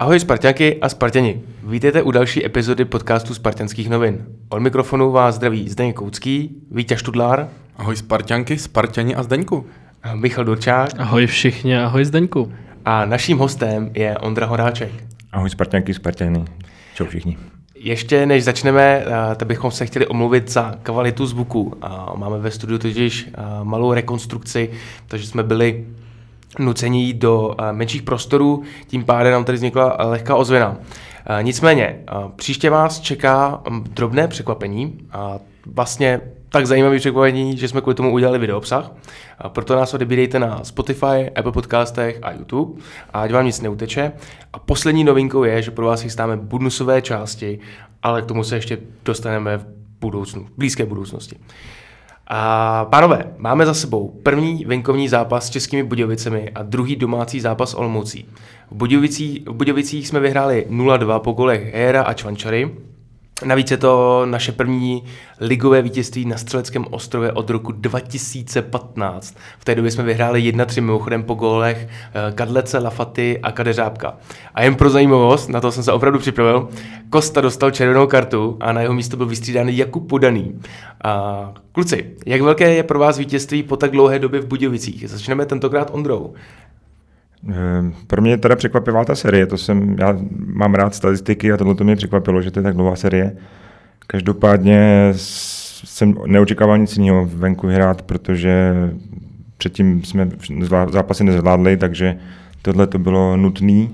Ahoj Sparťanky a Sparťani. Vítejte u další epizody podcastu Spartanských novin. Od mikrofonu vás zdraví Zdeněk Koucký, Vítěz Študlár. Ahoj Sparťanky, Sparťani a Zdeňku. Michal Durčák. Ahoj všichni, ahoj Zdeňku. A naším hostem je Ondra Horáček. Ahoj Sparťanky, Sparťani. Čau všichni. Ještě než začneme, tak bychom se chtěli omluvit za kvalitu zvuku. Máme ve studiu totiž malou rekonstrukci, takže jsme byli nuceni jít do menších prostorů, tím pádem nám tady vznikla lehká ozvěna. Nicméně, příště vás čeká drobné překvapení, vlastně tak zajímavé překvapení, že jsme kvůli tomu udělali videoobsah. Proto nás odebírejte na Spotify, Apple Podcastech a YouTube, ať vám nic neuteče. A poslední novinkou je, že pro vás chystáme bonusové části, ale k tomu se ještě dostaneme v budoucnu, v blízké budoucnosti. A pánové, máme za sebou první venkovní zápas s Českými Budějovicemi a druhý domácí zápas Olomoucí. V Budějovicích jsme vyhráli 0-2 po golech Hejera a Čvančary. Navíc je to naše první ligové vítězství na Střeleckém ostrově od roku 2015. V té době jsme vyhráli 1-3 mimochodem po gólech Kadlece, Lafaty a Kadeřábka. A jen pro zajímavost, na to jsem se opravdu připravil, Kosta dostal červenou kartu a na jeho místo byl vystřídán Jakub Podaný. Kluci, jak velké je pro vás vítězství po tak dlouhé době v Budějovicích? Začneme tentokrát Ondrou. Pro mě je teda překvapivá ta série, já mám rád statistiky a tohle to mě překvapilo, že to je tak dlouhá série. Každopádně jsem neočekával nic jiného venku hrát, protože předtím jsme zápasy nezvládli, takže tohle to bylo nutné.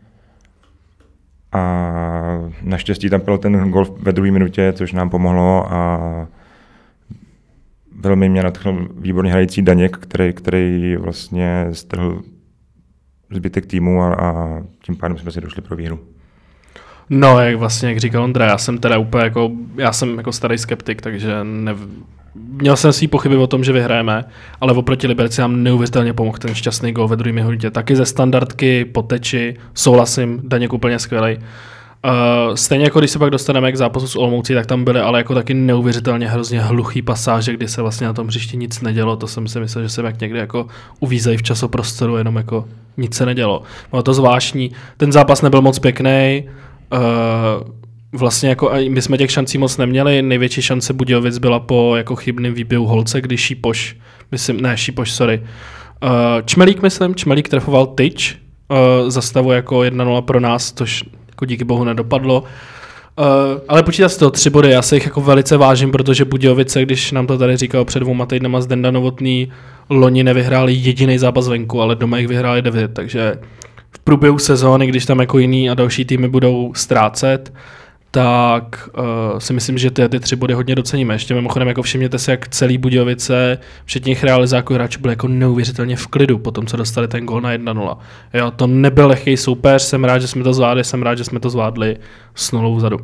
A naštěstí tam byl ten gol ve druhé minutě, což nám pomohlo a velmi mě nadchnul výborně hrající Daněk, který vlastně strhl zbytek týmu a tím pádem jsme si došli pro výhru. No, jak říkal Ondra, já jsem teda úplně já jsem starý skeptik, takže měl jsem svý pochyby o tom, že vyhrajeme, ale oproti Liberci nám neuvěřitelně pomohl ten šťastný gól ve druhé minutě. Taky ze standardky, po teči, souhlasím, Daněk úplně skvělej. Stejně jako když se pak dostaneme k zápasu s Olomoucí, tak tam byly ale jako taky neuvěřitelně hrozně hluchý pasáže, kdy se vlastně na tom hřišti nic nedělo. To jsem si myslel, že jsem jak někde jako uvízej v časoprostoru, jenom jako nic se nedělo. Bylo to zvláštní. Ten zápas nebyl moc pěkný. Vlastně jako my jsme těch šancí moc neměli. Největší šance Budějovic byla po jako chybným výběhu Holce, kdy Čmelík trefoval tyč za stavu jako 1-0 pro nás, což jako díky bohu nedopadlo. Ale počítá se to 3 body, já se jich jako velice vážím, protože Budějovice, když nám to tady říkal před 2 týdnama Zdenda Novotný, loni nevyhráli jediný zápas venku, ale doma jich vyhráli 9, takže v průběhu sezóny, když tam jako jiný a další týmy budou ztrácet, tak si myslím, že ty 3 body hodně doceníme. Ještě mimochodem jako všimněte si, jak celý Budějovice, včetně realizáků hráčů, byli jako neuvěřitelně v klidu po tom, co dostali ten gól na 1-0. Jo, to nebyl lehký soupeř, jsem rád, že jsme to zvládli s 0 vzadu.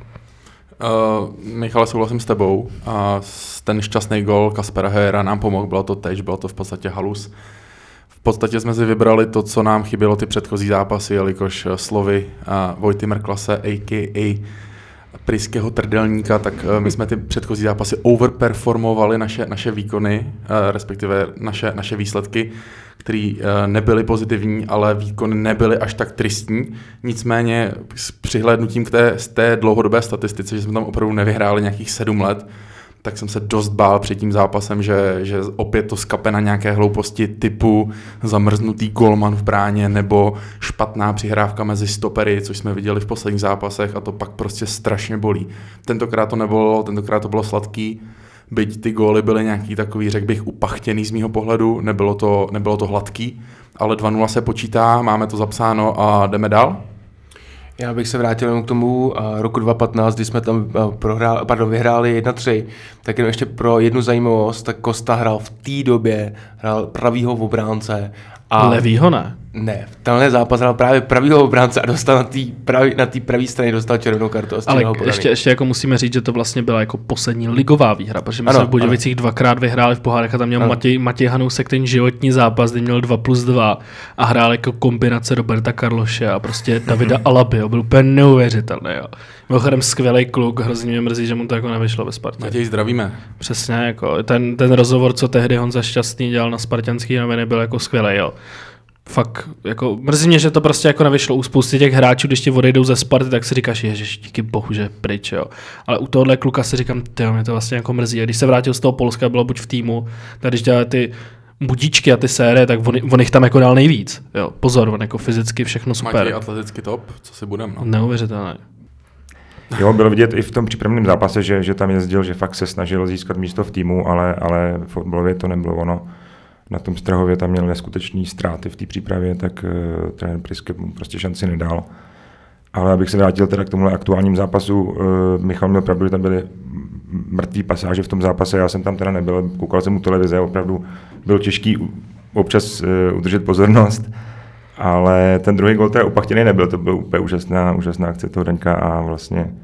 Michale, souhlasím s tebou. Ten šťastný gól Kaspera Hejera nám pomohl, bylo to teď, bylo to v podstatě halus. V podstatě jsme si vybrali to, co nám chybělo ty předchozí zápasy, jelikož slovy Vojty Merklase, a.k.a. Pryského trdelníka, tak my jsme ty předchozí zápasy overperformovali naše výkony, respektive naše výsledky, které nebyly pozitivní, ale výkony nebyly až tak tristní. Nicméně s přihlédnutím z té dlouhodobé statistice, že jsme tam opravdu nevyhráli nějakých 7 let, tak jsem se dost bál před tím zápasem, že opět to skape na nějaké hlouposti typu zamrznutý golman v bráně nebo špatná přihrávka mezi stopery, což jsme viděli v posledních zápasech a to pak prostě strašně bolí. Tentokrát to bylo sladký, byť ty góly byly nějaký takový, řekl bych, upachtěný z mýho pohledu, nebylo to hladký, ale 2-0 se počítá, máme to zapsáno a jdeme dál. Já bych se vrátil jenom k tomu roku 2015, kdy jsme tam vyhráli 1-3, tak jenom ještě pro jednu zajímavost, tak Kosta hrál v té době, pravýho obránce. Levýho ne? Ne, tenhle zápas hrál právě pravýho obránce a dostal na té pravé straně dostal červenou kartu. Ale ještě jako musíme říct, že to vlastně byla jako poslední ligová výhra, protože my jsme v Budějovicích 2krát vyhráli v pohárech a tam měl Matěj Hanousek ten životní zápas, kdy měl 2+2 a hrál jako kombinace Roberta Karloše a prostě Davida Alaby, byl úplně neuvěřitelný. Jo. Mimochodem skvělý kluk, hrozně mě mrzí, že mu to jako nevyšlo ve Spartě. Matěj, zdravíme. Přesně, jako ten rozhovor, co tehdy Honza Šťastný dělal na Spartanský noviny, byl jako skvělý, jo. Fakt, jako mrzí mě, že to prostě jako nevyšlo u spousty těch hráčů, když ti odejdou ze Sparty, tak si říkáš, ježiš, díky bohu, že pryč, jo. Ale u tohohle kluka si říkám, tyjo, mě to vlastně jako mrzí. A když se vrátil z toho Polska, bylo buď v týmu, tak když dělali ty budíčky a ty série, tak on jich tam jako dal nejvíc. Jo, pozor, on jako fyzicky všechno super. Matěj atletický top, co si budem, no. Neuvěřitelné. Jo, bylo vidět i v tom přípravném zápase, že tam jezdil, že fakt se snažil získat místo v týmu, ale v fotbalově to nebylo ono. Na tom Strahově tam měl neskutečný ztráty v té přípravě, tak trenér Priske mu prostě šanci nedal. Ale abych se vrátil teda k tomuhle aktuálním zápasu, Michal měl pravdu, že tam byly mrtvý pasáže v tom zápase, já jsem tam teda nebyl, koukal jsem u televize, opravdu byl těžký občas udržet pozornost, ale ten druhý gol teda opachtěný nebyl, to byl úplně úžasná akce toho Daňka a vlastně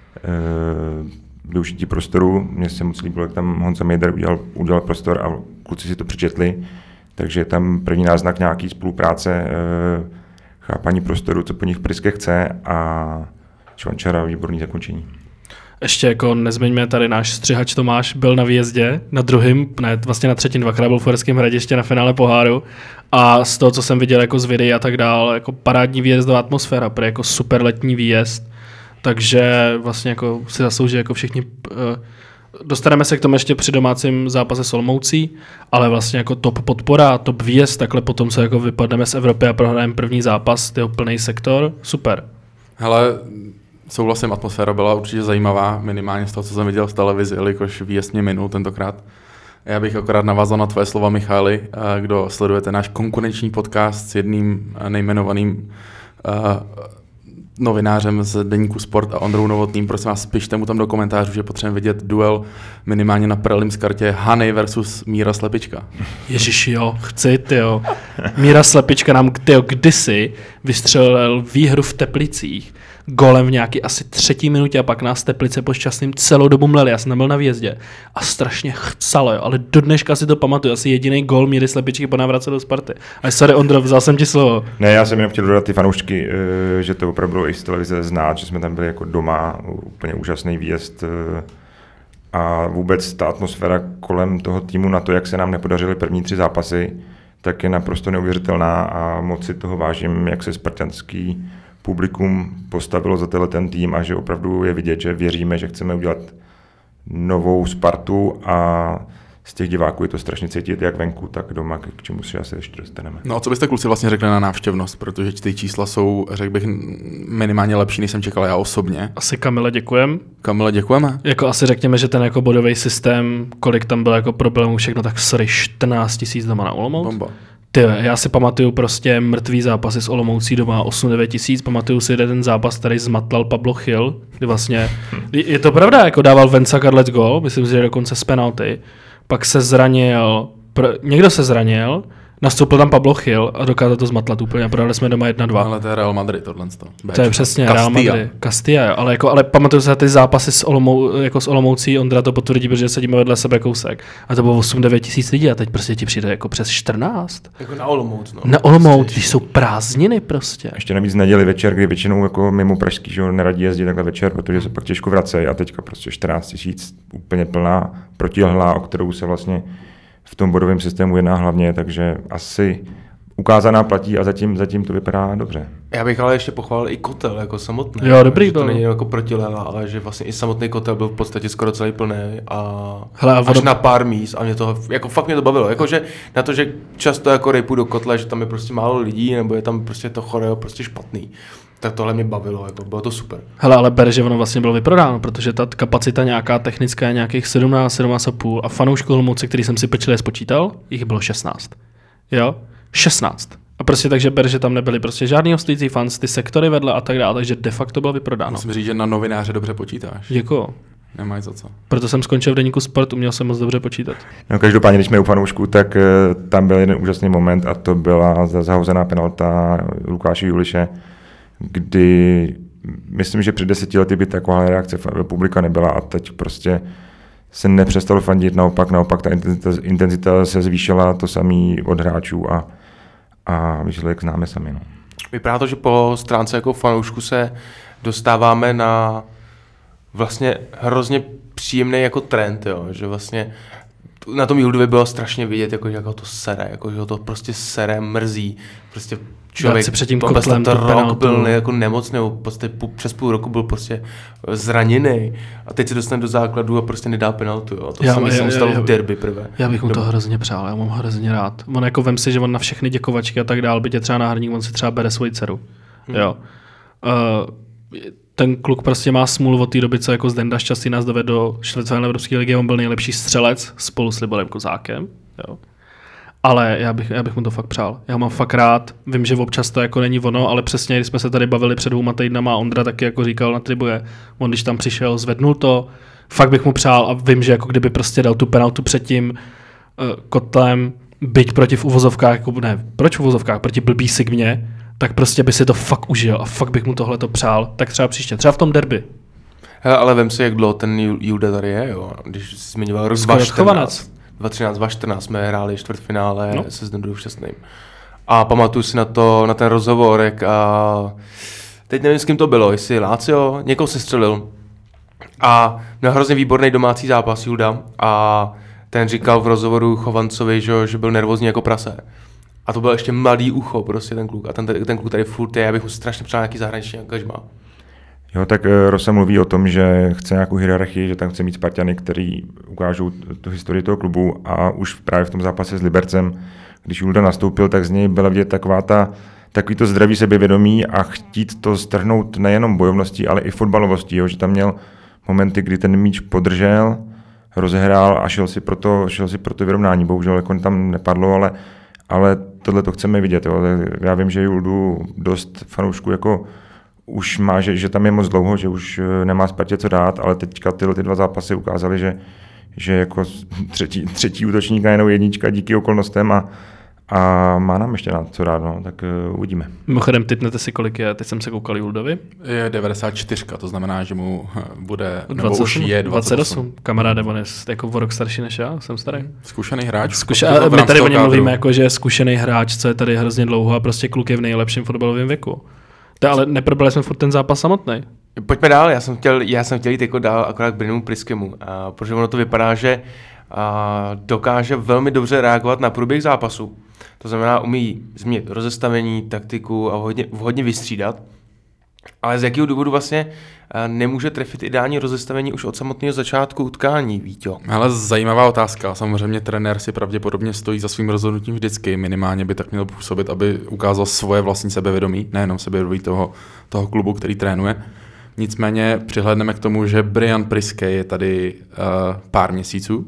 využití prostoru. Mně se moc líbilo, jak tam Honza Mejder udělal prostor a kluci si to přečetli, takže tam první náznak nějaký spolupráce, chápání prostoru, co po nich Priske chce a Švančara výborný zakončení. Ještě jako nezmiňme tady náš střihač Tomáš byl na výjezdě, na druhém, ne, vlastně na třetím, dvakrát byl v Uherském Hradišti na finále poháru a z toho, co jsem viděl jako z videí a tak dál, jako parádní výjezdová atmosféra, pro jako super letní výjezd, takže vlastně jako si zaslouží jako všichni. Dostaneme se k tomu ještě při domácím zápase s Olomoucí, ale vlastně jako top podpora, top výjezd, takhle potom se jako vypadneme z Evropy a prohrajeme první zápas, tyho plný sektor, super. Hele, souhlasím, atmosféra byla určitě zajímavá, minimálně z toho, co jsem viděl v televizi, jelikož výjezd mě minul tentokrát. Já bych akorát navázal na tvoje slova, Michali, kdo sledujete náš konkurenční podcast s jedním nejmenovaným novinářem z deníku Sport a Ondrou Novotným, prosím vás, pište mu tam do komentářů, že potřebujeme vidět duel minimálně na prelims kartě Hany versus Míra Slepička. Ježiši, jo, chci, tyjo. Míra Slepička nám, tyjo, kdysi vystřelil výhru v Teplicích golem v nějaký asi 3. minutě a pak nás Teplice po šťastným celou dobu mleli. Já jsem tam byl na výjezdě a strašně chcalo, jo, ale do dneška si to pamatuju. Asi jediný gol Míry Slepičky po návratu do Sparty. Ale sorry, Ondro, vzal jsem ti slovo. Ne, já jsem jenom chtěl dodat ty fanoušky, že to opravdu i z televize znát, že jsme tam byli jako doma, úplně úžasný výjezd a vůbec ta atmosféra kolem toho týmu na to, jak se nám nepodařily první 3 zápasy, tak je naprosto neuvěřitelná a moc si toho vážím, jak se spartanský publikum postavilo za ten tým a že opravdu je vidět, že věříme, že chceme udělat novou Spartu a z těch diváků je to strašně cítit jak venku, tak doma, k čemu si asi ještě dostaneme. No a co byste kluci vlastně řekli na návštěvnost, protože ty čísla jsou, řekl bych, minimálně lepší, než jsem čekal já osobně. Asi Kamile děkujem. Kamile, děkujeme. Jako asi řekněme, že ten jako bodový systém, kolik tam bylo jako problémů všechno, tak sorry, 14 000 doma na Olomouc. Bomba. Ty, já si pamatuju prostě mrtvý zápasy s Olomoucí doma 8-9 tisíc, pamatuju si jeden zápas, který zmatlal Pablo Chil, kdy vlastně, je to pravda, jako dával Venca Carlet gol, myslím si, že dokonce z penalty, pak se zranil, někdo se zranil, nastoupil tam Pablo Chil a dokázal to zmatlat úplně a prodali jsme doma 1-2. Ale to je Real Madrid tohle. To je přesně Real Madrid. Castilla, ale pamatuju se na ty zápasy s Olomoucí, Ondra to potvrdí, protože sedíme vedle sebe kousek. A to bylo 8-9 tisíc lidí a teď prostě ti přijde jako přes 14. Jako na Olomouc, no. Na Olomouc, když jsou prázdniny prostě. Ještě navíc neděli večer, kdy většinou jako mimo pražský, že neradí jezdit takhle večer, protože se pak těžko vracejí a teďka prostě 14 000 úplně plná protilehlá, o kterou se vlastně v tom bodovém systému jedná hlavně, takže asi ukázaná platí a zatím to vypadá dobře. Já bych ale ještě pochválil i kotel jako samotný. Jo, dobrý byl. byl. To není jako protileva, ale že vlastně i samotný kotel byl v podstatě skoro celý plný a hele, až na pár míst a mě to, jako fakt mě to bavilo. Jakože na to, že často jako rejpu do kotle, že tam je prostě málo lidí nebo je tam prostě to choreo prostě špatný. Tak tohle mě bavilo, jako bylo to super. Hele, ale ber, že ono vlastně bylo vyprodáno, protože ta kapacita nějaká technická je nějakých 17,5 a fanoušků Olomouce, který jsem si pečlivě spočítal, jich bylo 16. Jo? 16. A prostě takže ber, že tam nebyli prostě žádný hostující fans, ty sektory vedle a tak dále, takže de facto bylo vyprodáno. Musím říct, že na novináře dobře počítáš. Děkuju. Nemáš za co. Proto jsem skončil v deníku Sport, uměl jsem moc dobře počítat. No, každopádně, když jsme u fanoušků, tak tam byl jeden úžasný moment a to byla zahozená penalta Lukáše Juliše, kdy myslím, že před 10 lety by taková reakce publika nebyla a teď prostě se nepřestalo fandit, naopak ta intenzita se zvýšila, to samý od hráčů a výsledek známe sami. No. Vypadá to, že po stránce jako fanoušku se dostáváme na vlastně hrozně příjemný jako trend, jo? Že vlastně na tom Juldovi bylo strašně vidět, jako to sere, jako, že ho to prostě sere, mrzí. Prostě člověk si před tím kotlem to rok rok byl jako nemocný, prostě přes půl roku byl prostě zraněný a teď se dostane do základu a prostě nedá penaltu. Jo. To se myslím stalo v derby prvé. Já bych mu to hrozně přál, já mám hrozně rád. On jako vem si, že on na všechny děkovačky a tak dál, byť je třeba náhradník, on si třeba bere svoji dceru. Jo. Ten kluk prostě má smůlu od té doby, co jako Zdenda Šťastný nás dovedl do čtvrtfinále Evropské ligy, on byl nejlepší střelec spolu s Liborem Kozákem. Jo. Ale já bych mu to fakt přál. Já ho mám fakt rád. Vím, že občas to jako není ono, ale přesně, když jsme se tady bavili před 2 týdnama, Ondra taky jako říkal na tribuje, on když tam přišel, zvednul to, fakt bych mu přál a vím, že jako kdyby prostě dal tu penaltu před tím Kotlem, byť proti v uvozovkách, jako ne, proč v uvozovkách, proti blbý Sigmě, tak prostě by si to fakt užil a fakt bych mu tohleto přál. Tak třeba příště, třeba v tom derby. Ale vem si, jak dlouho ten Julda tady je, jo. Když jsi zmiňoval rok 2013. 2013 jsme hráli čtvrtfinále se Zdendou Šťastným. A pamatuju si na ten rozhovorek a teď nevím, s kým to bylo, jestli Lácio, někoho se střelil. A měl hrozně výborný domácí zápas Julda a ten říkal v rozhovoru Chovancovi, že byl nervózní jako prase. A to byl ještě mladý ucho, prostě ten kluk. A ten kluk tady furt je, já bych mu strašně přál nějaký zahraniční angažmá. Jo, tak Rosa mluví o tom, že chce nějakou hierarchii, že tam chce mít Spartany, který ukážou tu historii toho klubu a už právě v tom zápase s Libercem, když Julda nastoupil, tak z něj byla vidět takový to zdravý sebevědomí a chtít to strhnout nejenom bojovností, ale i fotbalovostí, jo, že tam měl momenty, kdy ten míč podržel, rozehrál a šel si pro to vyrovnání. Bohužel jako tam nepadlo, ale tohle to chceme vidět. Jo. Já vím, že Juldu dost fanoušků jako už má, že tam je moc dlouho, že už nemá Spartě co dát, ale teďka ty 2 zápasy ukázaly, že jako třetí útočník a jenom jednička díky okolnostem a má nám ještě na co dát, no, tak uvidíme. Mimochodem, typnete si, kolik je, teď jsem se koukal Juldovi. Je 94, to znamená, že mu bude, 28, nebo už je 28. Kamaráde, on je jako o rok starší než já, jsem starý. Zkušený hráč. My tady o něm mluvíme jako, že je zkušený hráč, co je tady hrozně dlouho a prostě kluk je v nejlepším fotbalovém věku. Ale neprobrali jsme furt ten zápas samotný. Pojďme dál, já jsem chtěl jít jako dál akorát k Brynemu Priskemu, protože ono to vypadá, že dokáže velmi dobře reagovat na průběh zápasu. To znamená, umí změnit rozestavení, taktiku a hodně vystřídat. Ale z jakého důvodu vlastně nemůže trefit ideální rozestavení už od samotného začátku utkání, Víťo? Ale zajímavá otázka. Samozřejmě trenér si pravděpodobně stojí za svým rozhodnutím vždycky. Minimálně by tak měl působit, aby ukázal svoje vlastní sebevědomí, nejenom sebevědomí toho klubu, který trénuje. Nicméně přihlédneme k tomu, že Brian Priske je tady pár měsíců.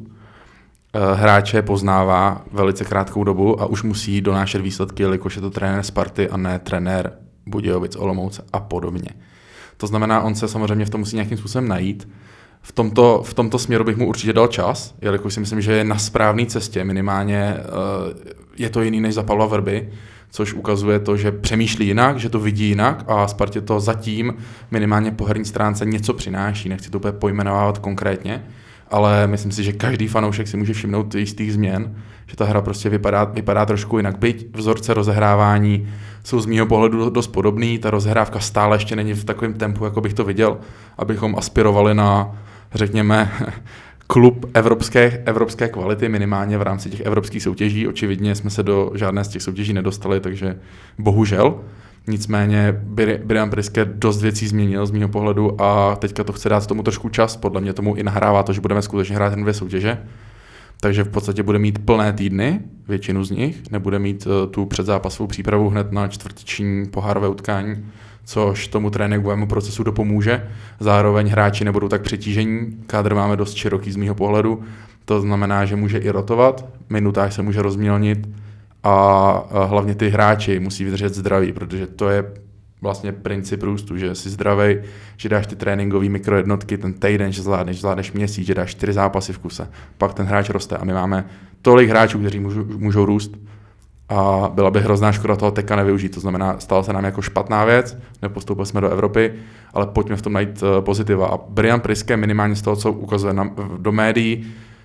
Hráče poznává velice krátkou dobu a už musí donášet výsledky, jelikož je to trenér Sparty a ne trenér Budějovic, Olomouce a podobně. To znamená, on se samozřejmě v tom musí nějakým způsobem najít. V tomto směru bych mu určitě dal čas, jelikož si myslím, že je na správné cestě. Minimálně je to jiný než za Pavla Vrby, což ukazuje to, že přemýšlí jinak, že to vidí jinak a Spartě to zatím minimálně po herní stránce něco přináší. Nechci to úplně pojmenovávat konkrétně, ale myslím si, že každý fanoušek si může všimnout jistých změn, že ta hra prostě vypadá trošku jinak. Byť vzorce rozehrávání jsou z mýho pohledu dost podobný, ta rozhrávka stále ještě není v takovém tempu, jako bych to viděl, abychom aspirovali na, řekněme, klub evropské kvality, minimálně v rámci těch evropských soutěží. Očividně jsme se do žádné z těch soutěží nedostali, takže bohužel. Nicméně Brian Priske dost věcí změnil z mýho pohledu a teďka to chce dát tomu trošku čas. Podle mě tomu i nahrává to, že budeme skutečně hrát jen 2 soutěže. Takže v podstatě bude mít plné týdny, většinu z nich. Nebude mít tu předzápasovou přípravu hned na čtvrteční pohárové utkání, což tomu tréninkovému procesu dopomůže. Zároveň hráči nebudou tak přetížení. Kádr máme dost široký z mýho pohledu. To znamená, že může i rotovat, minutách se může rozmělnit a hlavně ty hráči musí vydržet zdraví, protože to je vlastně princip růstu, že jsi zdravej, že dáš ty tréninkové mikrojednotky, ten týden, že zvládneš měsíc, že dáš 4 zápasy v kuse, pak ten hráč roste a my máme tolik hráčů, kteří můžou růst a byla by hrozná škoda toho Teka nevyužít, to znamená, stalo se nám jako špatná věc, nepostoupili jsme do Evropy, ale pojďme v tom najít pozitiva a Brian Priske minimálně z toho, co ukazuje do médií,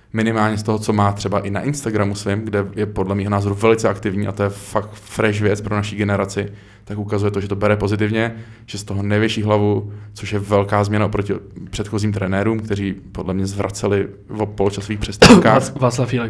minimálně z toho, co má třeba i na Instagramu svým, kde je podle mého názoru velice aktivní a to je fakt fresh věc pro naší generaci, tak ukazuje to, že to bere pozitivně, že z toho nevěší hlavu, což je velká změna oproti předchozím trenérům, kteří podle mě zvraceli v poločasových přestávkách. Václav Fílek.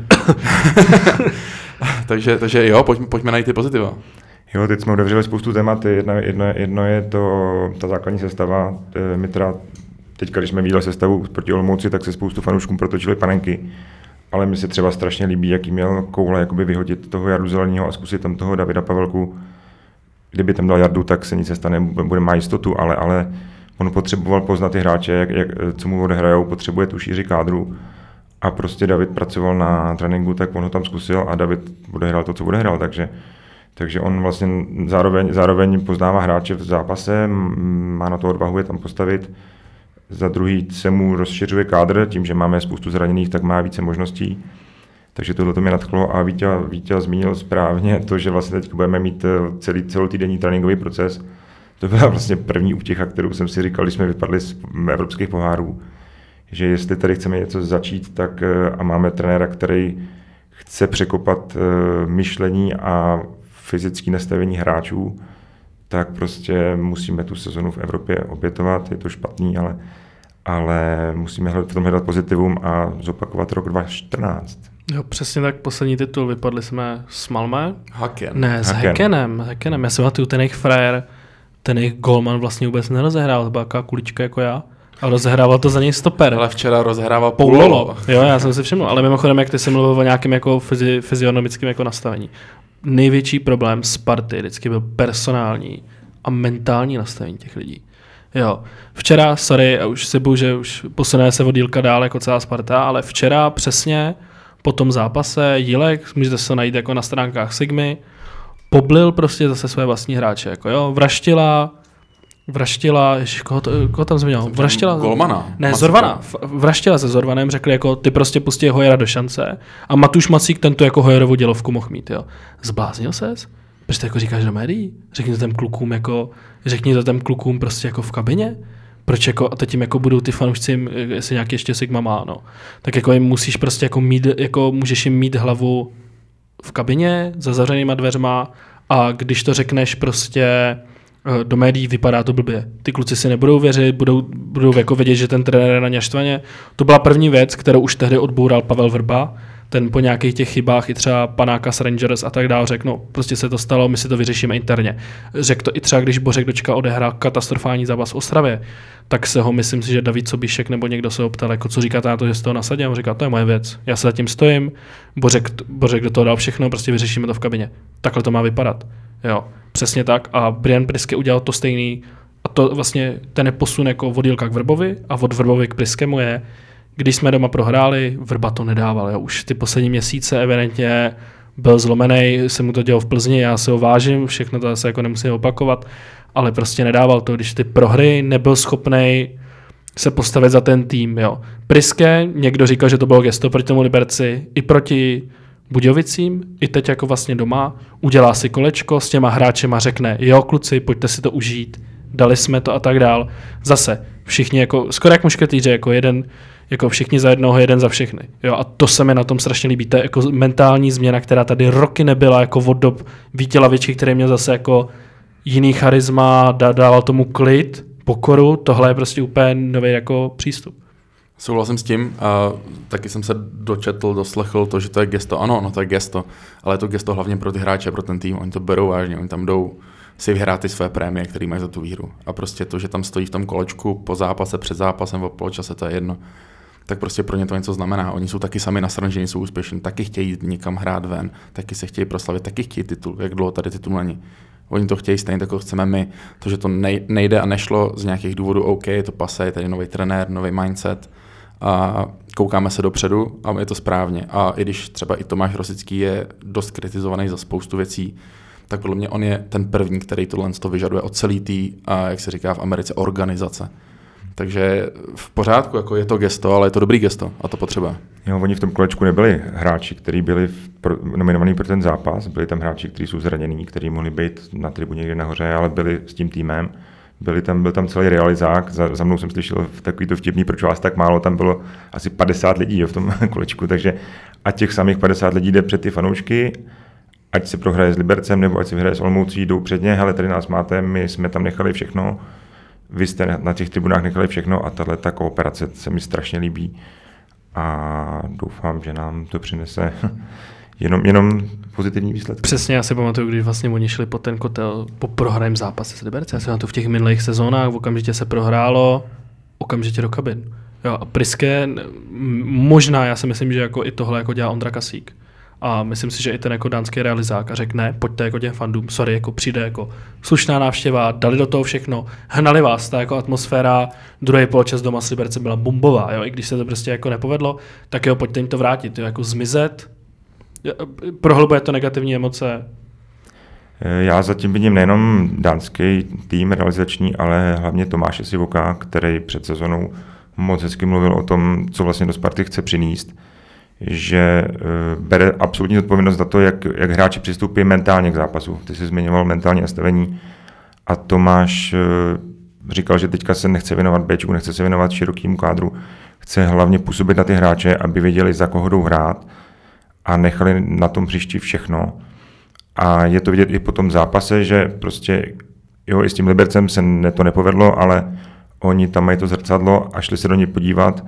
takže jo, pojďme najít ty pozitiva. Jo, teď jsme otevřeli spoustu témat. Jedno je ta základní sestava. My teda teďka, když jsme viděli sestavu proti Olomouci, tak se spoustu fanouškům protočili panenky. Ale mi se třeba strašně líbí, jaký měl Koule jakoby vyhodit toho Jardu Zeleného a zkusit tam toho Davida Pavelku. Kdyby tam dal Jardu, tak se nic nestane, bude má jistotu, ale on potřeboval poznat ty hráče, co mu odehrajou, potřebuje tu šíři kádru. A prostě David pracoval na tréninku, tak on ho tam zkusil a David odehrál to, co odehrál. Takže on vlastně zároveň poznává hráče v zápase, má na to odvahu je tam postavit. Za druhý se mu rozšiřuje kádr, tím, že máme spoustu zraněných, tak má více možností. Takže tohle to mě nadchlo a Vítěl zmínil správně to, že vlastně teď budeme mít celotýdenní tréninkový proces. To byla vlastně první útěcha, kterou jsem si říkal, když jsme vypadli z evropských pohárů, že jestli tady chceme něco začít, tak a máme trenéra, který chce překopat myšlení a fyzické nastavení hráčů, tak prostě musíme tu sezonu v Evropě obětovat. Je to špatný, ale musíme v tom hledat pozitivum a zopakovat rok 2014. Jo, přesně tak, poslední titul, vypadli jsme s Malmö. Haken. Ne, s Hekenem. Já si pamatuju, ten jejich frajer, ten jejich golman vlastně vůbec nerozehrál, to byla taková kulička jako já. A rozehrával to za něj stoper. Ale včera rozehrával Poulolo. Jo, já jsem si všiml, ale mimochodem, jak ty jsi mluvil o nějakém jako fyzionomickém jako nastavení. Největší problém Sparty vždycky byl personální a mentální nastavení těch lidí. Jo, včera, sorry, a už si budu, že už posunuje se od Jílka dál jako celá Sparta, ale včera přesně po tom zápase Jílek, můžete se najít jako na stránkách Sigmy, poblil prostě zase své vlastní hráče, jako jo, vraštila, ježiš, koho tam změnil? Vraštila. Golmana. Ne, Zorvana. Vraštila se Zorvanem, řekli jako ty prostě pustí Hojera do šance a Matuš Macík tento jako Hojerovu dělovku mohl mít, jo. Zbláznil ses? Proč to jako říkáš do médií? Řekni to těm klukům prostě jako v kabině? Proč jako, a teď jim jako budou ty fanoušci, jestli nějaký ještě Sigma má, no. Tak jako jim musíš prostě jako mít, jako můžeš jim mít hlavu v kabině, za zavřenýma dveřma a když to řekneš prostě do médií, vypadá to blbě. Ty kluci si nebudou věřit, budou jako vědět, že ten trenér je na ně štvaně. To byla první věc, kterou už tehdy odboural Pavel Vrba. Ten po nějakých těch chybách i třeba panáka s Rangers a tak dále řekl, no prostě se to stalo, my si to vyřešíme interně. Řekl to i třeba, když Bořek Dočka odehrál katastrofální zápas v Ostravě, tak se ho, myslím si, že David Sobíšek nebo někdo se ho ptal, jako co říkáte na to, že z toho nasadil, a on říká, to je moje věc, já se za tím stojím, Bořek do toho dal všechno, prostě vyřešíme to v kabině. Takhle to má vypadat. Jo, přesně tak a Brian Priske udělal to stejný a to vlastně ten posun jako od Jílka k Vrbovi a od Vrbovi k Priskemu je, když jsme doma prohráli, Vrba to nedával. Jo. Už ty poslední měsíce evidentně byl zlomený, se mu to dělo v Plzni, já se ho vážím, všechno to zase jako nemusím opakovat, ale prostě nedával to, když ty prohry nebyl schopný se postavit za ten tým. Jo. Priske, někdo říkal, že to bylo gesto proti tomu Liberci, i proti Budějovicím, i teď jako vlastně doma, udělá si kolečko s těma hráčema, řekne, jo kluci, pojďte si to užít, dali jsme to a tak dál. Zase všichni jako, skoro jak mušketýři, jako jeden, jako všichni za jednoho, jeden za všechny. Jo, a to se mi na tom strašně líbí. To je jako mentální změna, která tady roky nebyla, jako od dob Víti Lavičky, který měl zase jako jiný charisma, dával tomu klid, pokoru. Tohle je prostě úplně nový jako přístup. Souhlasím s tím a taky jsem se doslechl to, že to je gesto. Ano, no to je gesto, ale je to gesto hlavně pro ty hráče, pro ten tým. Oni to berou vážně, oni tam jdou si vyhrát ty své prémie, které mají za tu výhru. A prostě to, že tam stojí v tom kolečku po zápase, před zápasem, v poločase, to je jedno. Tak prostě pro ně to něco znamená. Oni jsou taky sami nasraní, že jsou úspěšní, taky chtějí někam hrát ven, taky se chtějí proslavit, taky chtějí titul, jak dlouho tady titul není. Oni to chtějí stejně, tak chceme my. To, že to nejde a nešlo z nějakých důvodů, OK, je to pase, je tady nový trenér, nový mindset a koukáme se dopředu a je to správně. A i když třeba i Tomáš Rosický je dost kritizovaný za spoustu věcí, tak podle mě on je ten první, který tohle vyžaduje od celý tý, a jak se říká v Americe, organizace. Takže v pořádku, jako je to gesto, ale je to dobrý gesto a to potřeba. Jo, oni v tom kolečku nebyli hráči, kteří byli nominovaní pro ten zápas, byli tam hráči, kteří jsou zranění, kteří mohli být na tribuně někde nahoře, ale byli s tím týmem. Byl tam celý realizák, za mnou jsem slyšel takový to vtipný, proč vás tak málo, tam bylo asi 50 lidí v tom kolečku, takže a těch samých 50 lidí jde před ty fanoušky, ať se prohraje s Libercem, nebo ať se vyhraje s Olomoucí, jdou před ně, hele, tady nás máte, my jsme tam nechali všechno, vy jste na těch tribunách nechali všechno a tato kooperace se mi strašně líbí a doufám, že nám to přinese jenom pozitivní výsledky. Přesně, já si pamatuju, když vlastně oni šli po ten kotel po prohraném zápase s Libercem. Já si pamatuju v těch minulých sezónách, okamžitě se prohrálo, okamžitě do kabin. Jo, a Priske, možná, já si myslím, že jako i tohle jako dělá Ondra Kasík. A myslím si, že i ten jako dánský realizák a řekne, pojďte jako těm fandům, sorry, jako přijde jako slušná návštěva, dali do toho všechno, hnali vás, ta jako atmosféra, druhý poločas doma s Libercem byla bombová, jo, i když se to prostě jako nepovedlo, tak jo, pojďte jim to vrátit, jo, jako zmizet, prohlubuje to negativní emoce. Já zatím vidím nejenom dánský tým realizační, ale hlavně Tomáše Sivoka, který před sezónou moc hezky mluvil o tom, co vlastně do Sparty chce přinést, že bere absolutní odpovědnost za to, jak hráči přistoupí mentálně k zápasu. Ty jsi zmiňoval mentální nastavení a Tomáš říkal, že teďka se nechce věnovat Bčku, nechce se věnovat širokému kádru, chce hlavně působit na ty hráče, aby věděli, za koho jdou hrát a nechali na tom příští všechno. A je to vidět i po tom zápase, že prostě jo, i s tím Libercem se to nepovedlo, ale oni tam mají to zrcadlo a šli se do něj podívat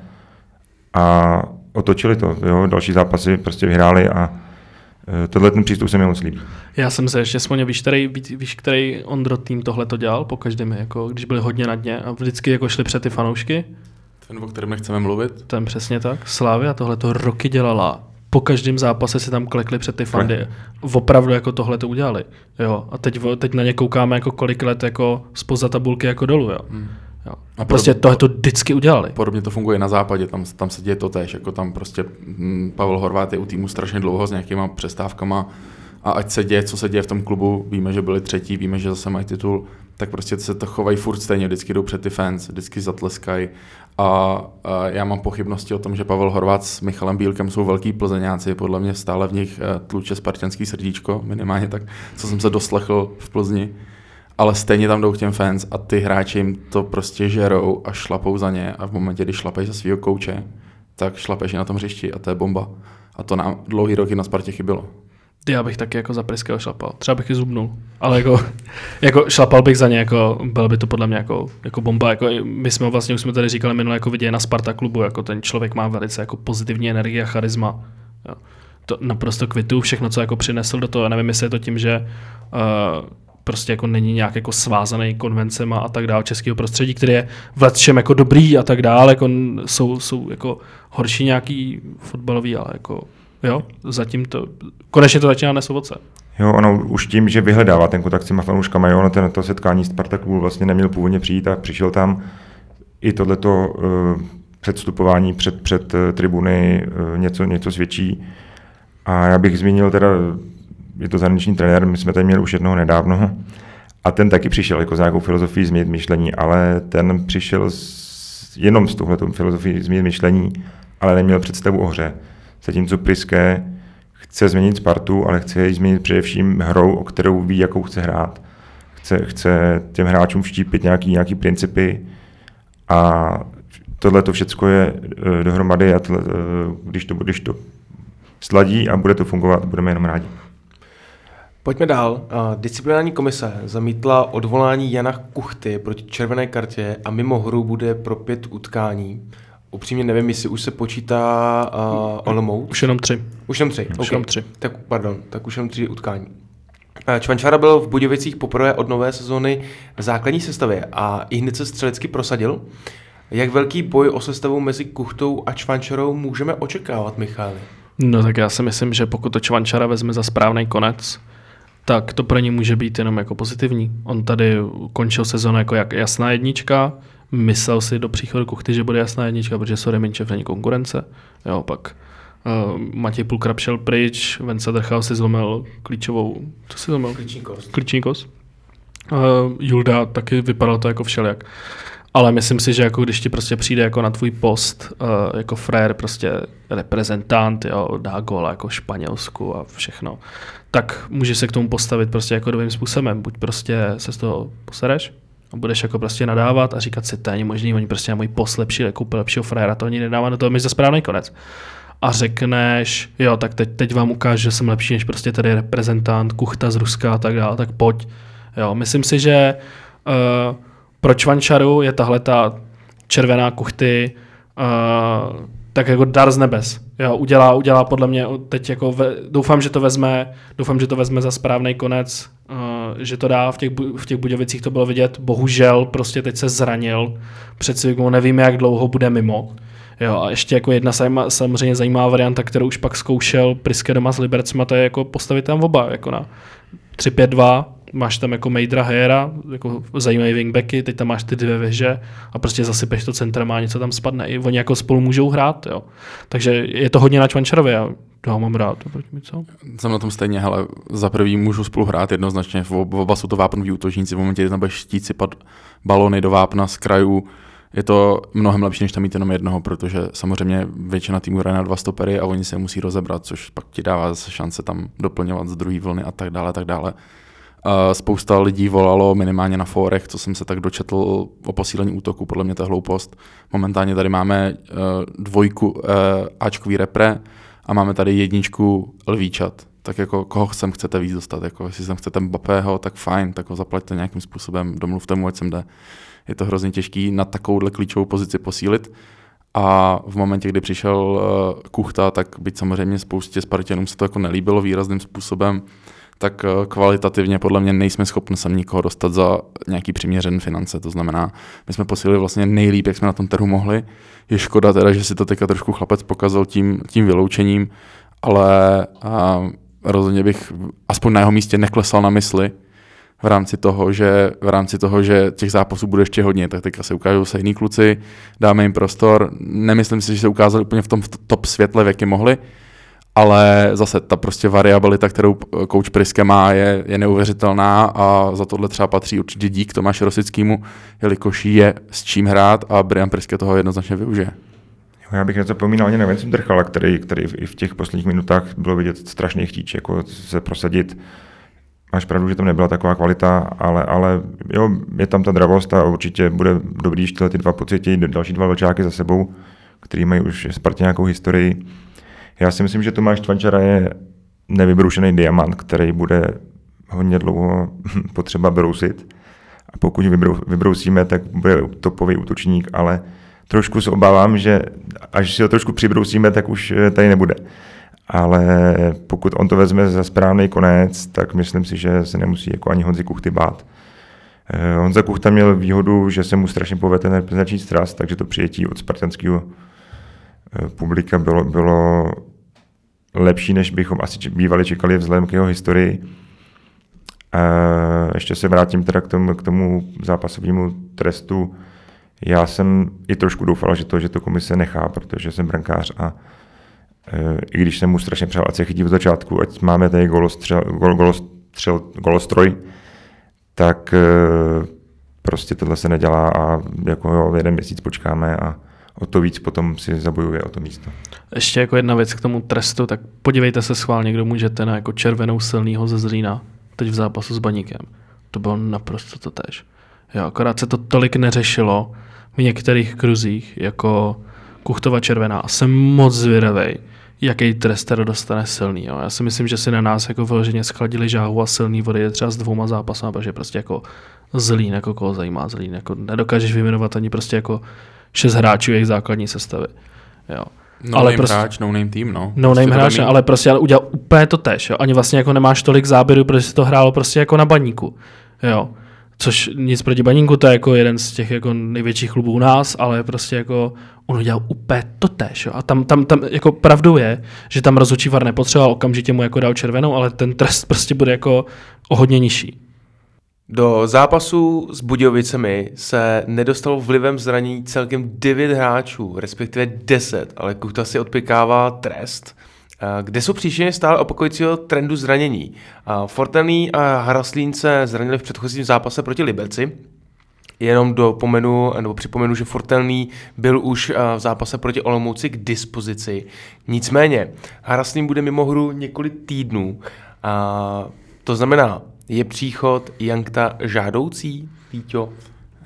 a otočili to. Jo, další zápasy prostě vyhráli a tohle ten přístup se mi moc líbí. Já jsem se ještě vzpomněl, víš, který Ondro tým tohle to dělal po každém, jako, když byli hodně na dně a vždycky jako šli před ty fanoušky. Ten, o kterém nechceme mluvit. Ten přesně tak. Slávia tohle to roky dělala. Po každém zápase si tam klekli před ty fandy. Opravdu jako tohle to udělali. Jo. A teď na ně koukáme jako kolik let jako spoza tabulky jako dolů. Jo. Jo. A prostě tohle to vždycky udělali. Podobně to funguje na západě, tam se děje to též, jako tam prostě Pavel Horváth je u týmu strašně dlouho s nějakýma přestávkama a ať se děje, co se děje v tom klubu, víme, že byli třetí, víme, že zase mají titul, tak prostě se to chovají furt stejně, vždycky jdou před ty fans, vždycky zatleskají a já mám pochybnosti o tom, že Pavel Horváth s Michalem Bílkem jsou velký Plzeňáci, podle mě stále v nich tluče spartanský srdíčko, minimálně tak, co jsem se doslechl v Plzni. Ale stejně tam jdou k těm fans a ty hráči jim to prostě žerou a šlapou za ně a v momentě, kdy šlapeš za svýho kouče, tak šlapeš i na tom hřišti a to je bomba. A to nám dlouhý roky na Spartě chybělo. Já bych taky jako za Priského šlapal. Třeba bych ji zubnul. Ale jako šlapal bych za ně, jako bylo by to podle mě jako bomba. Jako my jsme vlastně, už jsme tady říkali minule, jako viděli na Sparta klubu, jako ten člověk má velice jako pozitivní energii a charisma. Jo. To naprosto kvituju, všechno, co jako přinesl do toho. Já nevím, jestli je to tím, že prostě jako není nějak jako svázaný konvencema a tak dále českého prostředí, který je v lecčem jako dobrý a tak dále, jako jsou jako horší nějaký fotbalový, ale jako jo, zatím to, konečně to začíná nést ovoce. Jo, ono už tím, že vyhledává ten kontakt s těma fanouškama, jo, ono to setkání Sparta klubu vlastně neměl původně přijít a přišel tam i tohleto předstupování před tribuny něco svědčí. A já bych zmínil teda, je to zahraniční trenér, my jsme tady měli už jednoho nedávno a ten taky přišel jako s nějakou filozofií změnit myšlení, ale ten přišel jenom s touhletou filozofií změnit myšlení, ale neměl představu o hře. Zatímco Priske chce změnit Spartu, ale chce ji změnit především hrou, o kterou ví, jakou chce hrát. Chce těm hráčům vštípit nějaký principy a tohle to všecko je dohromady a když to sladí a bude to fungovat, budeme jenom rádi. Pojďme dál. Disciplinární komise zamítla odvolání Jana Kuchty proti červené kartě a mimo hru bude pro 5 utkání. Upřímně nevím, jestli už se počítá Olomouc. Už jenom 3. Už jenom 3. Už jenom 3. Tak už jenom 3 utkání. Čvančara byl v Budějovicích poprvé od nové sezóny v základní sestavě a i hned se střelecky prosadil. Jak velký boj o sestavu mezi Kuchtou a Čvančarou můžeme očekávat, Michale? No tak já si myslím, že pokud to Čvančara vezme za správný konec, tak to pro ně může být jenom jako pozitivní. On tady končil sezónu jako jasná jednička, myslel si do příchodu Kuchty, že bude jasná jednička, protože Sorry Minčev není konkurence. Jo, pak Matěj Pulkrab šel pryč, Venca Drchal si zlomil klíčovou, co si zlomil? Klíční kost. Julda taky vypadalo to jako všelijak. Ale myslím si, že jako když ti prostě přijde jako na tvůj post jako frér, prostě reprezentant, jo, dá góla jako Španělsku a všechno, tak můžeš se k tomu postavit prostě jako dobrým způsobem. Buď prostě se z toho posereš, A budeš jako prostě nadávat a říkat si, to není možný, oni prostě mají post lepší, koupil lepšího frajera, to oni nedává do toho mi za správný konec. A řekneš, jo, tak teď vám ukážu, že jsem lepší než prostě tady reprezentant, Kuchta z Ruska a tak dále, tak pojď. Jo, myslím si, že pro Čvančaru je tahle ta červená Kuchty tak jako dar z nebes. Jo, udělá podle mě teď jako doufám, že to vezme za správný konec, že to dá, v těch Budějovicích to bylo vidět, bohužel prostě teď se zranil, před Cvikou nevíme, jak dlouho bude mimo. Jo, a ještě jako jedna samozřejmě zajímavá varianta, kterou už pak zkoušel Priske doma s Libercima, to je jako postavit tam oba, jako na 3-5-2, máš tam jako Mejdra, Hejera, jako zajímavý wingbacky, teď tam máš ty dvě věže a prostě zasypeš to centrem a něco tam spadne. I oni jako spolu můžou hrát, jo. Takže je to hodně na Čvančarovi, já ho mám rád. Co? Jsem na tom stejně, hele, za prvý můžu spolu hrát jednoznačně, oba jsou to vápnoví útočníci, v momentě, kdy tam budeš chtít sypat balony do vápna z krajů, je to mnohem lepší, než tam mít jenom jednoho, protože samozřejmě většina týmů hraje na 2 stopery a oni se musí rozebrat, což pak ti dává zase šance tam doplňovat z druhé vlny a tak dále, tak dále. Spousta lidí volalo minimálně na fórech, co jsem se tak dočetl o posílení útoku, podle mě to je hloupost. Momentálně tady máme 2 Ačkový repre a máme tady 1 Lvíčat. Tak jako koho sem chcete víc dostat, jako jestli sem chcete Mbappého, tak fajn, tak ho zaplaťte nějakým způsobem, domluvte mu, ať sem jde. Je to hrozně těžký na takovouhle klíčovou pozici posílit. A v momentě, kdy přišel Kuchta, tak byť samozřejmě spoustě Spartanům se to jako nelíbilo výrazným způsobem, tak kvalitativně podle mě nejsme schopni sem nikoho dostat za nějaký přiměřený finance. To znamená, my jsme posílili vlastně nejlíp, jak jsme na tom trhu mohli. Je škoda teda, že si to teďka trošku chlapec pokazal tím vyloučením, ale rozhodně bych aspoň na jeho místě neklesal na mysli v rámci toho, že těch zápasů bude ještě hodně, tak teďka se ukážou se jiní kluci, dáme jim prostor. Nemyslím si, že se ukázali úplně v tom top světle, v jakém mohli, ale zase ta prostě variabilita, kterou coach Priske má, je neuvěřitelná a za tohle třeba patří určitě dík Tomáši Rosickýmu, jelikož je s čím hrát a Brian Priske toho jednoznačně využije. Já bych nezapomínal ani na Vincent Drchala, který i v těch posledních minutách bylo vidět strašný chtíč, jako se prosadit. Máš pravdu, že tam nebyla taková kvalita, ale jo, je tam ta dravost a určitě bude dobrý, když ty 2 pocítí další 2 vlčáky za sebou, který mají už Spartě nějakou historii. Já si myslím, že Tomáš Čvančara je nevybroušený diamant, který bude hodně dlouho potřeba brousit. A pokud vybrousíme, tak bude topový útočník, ale trošku se obávám, že až si ho trošku přibrousíme, tak už tady nebude. Ale pokud on to vezme za správný konec, tak myslím si, že se nemusí jako ani Honzi Kuchty bát. Honza Kuchta měl výhodu, že se mu strašně povedl ten reprezentační strast, takže to přijetí od spartanského publika bylo lepší, než bychom asi bývali čekali vzhledem k jeho historii. Ještě se vrátím teda k tomu zápasovému trestu. Já jsem i trošku doufal, že to komise nechá, protože jsem brankář a i když jsem mu strašně přál, ať se chytí od začátku, ať máme tady golostroj, tak prostě tohle se nedělá a jako jo, 1 měsíc počkáme a o to víc potom si zabojuje o to místo. Ještě jako jedna věc k tomu trestu, tak podívejte se schválně, kdo můžete na jako červenou silnýho ze Zlína teď v zápasu s Baníkem. To bylo naprosto totéž. Jo, akorát se to tolik neřešilo v některých kruzích, jako Kuchtova červená. A jsem moc zvědavej, jaký trester dostane silný. Jo. Já si myslím, že si na nás jako vyloženě schladili žáhu a silný odejde třeba s 2 zápasy, protože prostě jako Zlín, jako koho zajímá Zlín, jako nedokážeš vyjmenovat ani prostě jako 6 hráčů jejich základní sestavy. Jo. No name tým, no. No name hráč, ale prostě udělal úplně to též. Jo. Ani vlastně jako nemáš tolik záběrů, protože se to hrálo prostě jako na Baníku. Jo. Což nic proti Baníku, to je jako jeden z těch jako největších klubů u nás, ale prostě jako on udělal úplně totéž. Jo. A tam jako pravdou je, že tam rozhodčí VAR nepotřeboval, okamžitě mu jako dal červenou, ale ten trest prostě bude jako o hodně nižší. Do zápasu s Budějovicemi se nedostalo vlivem zranění celkem 9 hráčů, respektive 10, ale Kuchta si odpykává trest. Kde jsou příčiny stále opakujícího trendu zranění? Fortelný a Haraslín se zranili v předchozím zápase proti Liberci. Jenom připomenu, že Fortelný byl už v zápase proti Olomouci k dispozici. Nicméně Haraslín bude mimo hru několik týdnů. To znamená, je příchod Jankta žádoucí, Víťo?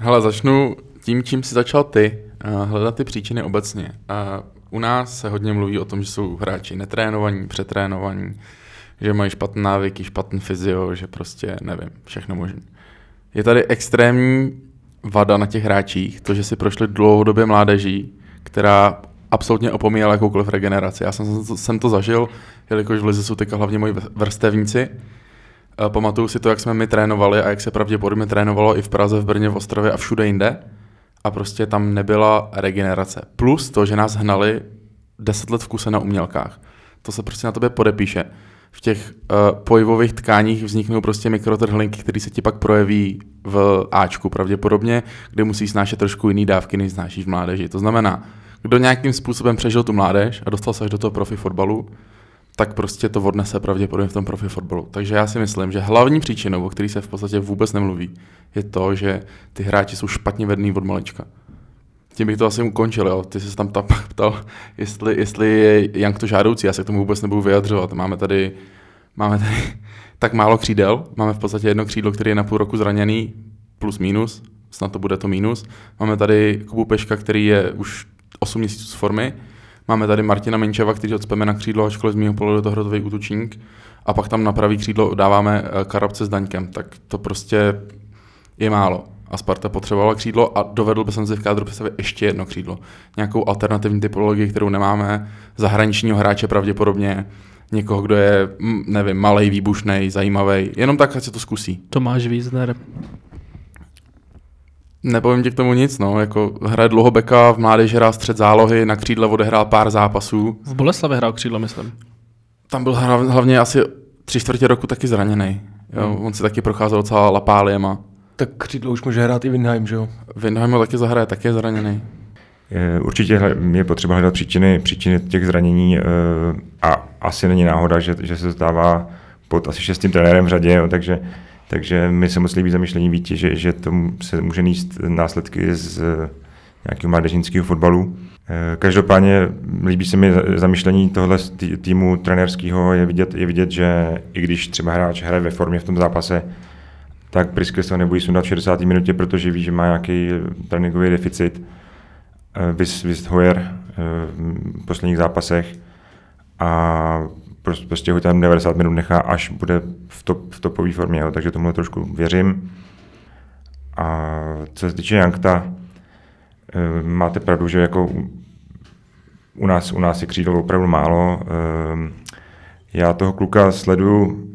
Hele, začnu tím, čím jsi začal ty, hledat ty příčiny obecně. U nás se hodně mluví o tom, že jsou hráči netrénovaní, přetrénovaní, že mají špatné návyky, špatný fyzio, že prostě nevím, všechno možné. Je tady extrémní vada na těch hráčích, to, že si prošli dlouhodobě mládeží, která absolutně opomíjela jakoukoliv regeneraci. Já jsem to zažil, jelikož v lize jsou teďka hlavně moji vrstevníci. Pamatuju si to, jak jsme my trénovali a jak se pravděpodobně trénovalo i v Praze, v Brně, v Ostravě a všude jinde. A prostě tam nebyla regenerace. Plus to, že nás hnali 10 let v kuse na umělkách. To se prostě na tobě podepíše. V těch pojivových tkáních vzniknou prostě mikrotrhlinky, které se ti pak projeví v Ačku pravděpodobně, kde musí snášet trošku jiný dávky, než snášíš v mládeži. To znamená, kdo nějakým způsobem přežil tu mládež a dostal se až do toho profi fotbalu, tak prostě to odnese pravděpodobně v tom profi fotbalu. Takže já si myslím, že hlavní příčinou, o který se v podstatě vůbec nemluví, je to, že ty hráči jsou špatně vedný od malička. Tím bych to asi ukončil, jo. Ty jsi se tam pak ptal, jestli je Young to žádoucí, já se k tomu vůbec nebudu vyjadřovat. Máme tady tak málo křídel, máme v podstatě jedno křídlo, který je na půl roku zraněný, plus minus, snad to bude to minus. Máme tady Kubu Peška, který je už 8 měsíců z formy. Máme tady Martina Minčeva, který odspeme na křídlo, ačkoliv z mýho pohledu je to hrotový útočník. A pak tam na pravý křídlo dáváme Karabce s Daňkem. Tak to prostě je málo. A Sparta potřebovala křídlo a dovedl bych si v kádru představit ještě jedno křídlo. Nějakou alternativní typologii, kterou nemáme, zahraničního hráče pravděpodobně, někoho, kdo je, nevím, malej, výbušnej, zajímavý. Jenom tak, ať se to zkusí. Tomáš Wiesner. Nepovím ti k tomu nic, no, jako hraje dlouho beka, v mládeži hrál střed zálohy, na křídle odehrál pár zápasů. V Boleslavi hrál křídlo, myslím. Tam byl hlavně asi 3/4 roku taky zraněný. On si taky procházel docela lapáliema. Tak křídlo už může hrát i Windheim, že jo? Windheim ho taky zahraje, taky je zraněný. Určitě je potřeba hledat příčiny těch zranění a asi není náhoda, že se stává pod asi 6. trenérem v řadě, jo, takže my se moc líbí zamýšlení Víti, že to se může níst následky z nějakého mládežnického fotbalu. Každopádně líbí se mi zamýšlení tohle týmu trenérského, je vidět, že i když třeba hráč hraje ve formě v tom zápase, tak Priske se ho nebojí sundat v 60. minutě, protože ví, že má nějaký tréninkový deficit. Vys Hoyer v posledních zápasech a prostě ho tam 90 minut nechá, až bude v topové formě, jo. Takže tomu trošku věřím. A co se týče Youngta, máte pravdu, že jako u nás je křídlo opravdu málo. Já toho kluka sleduju,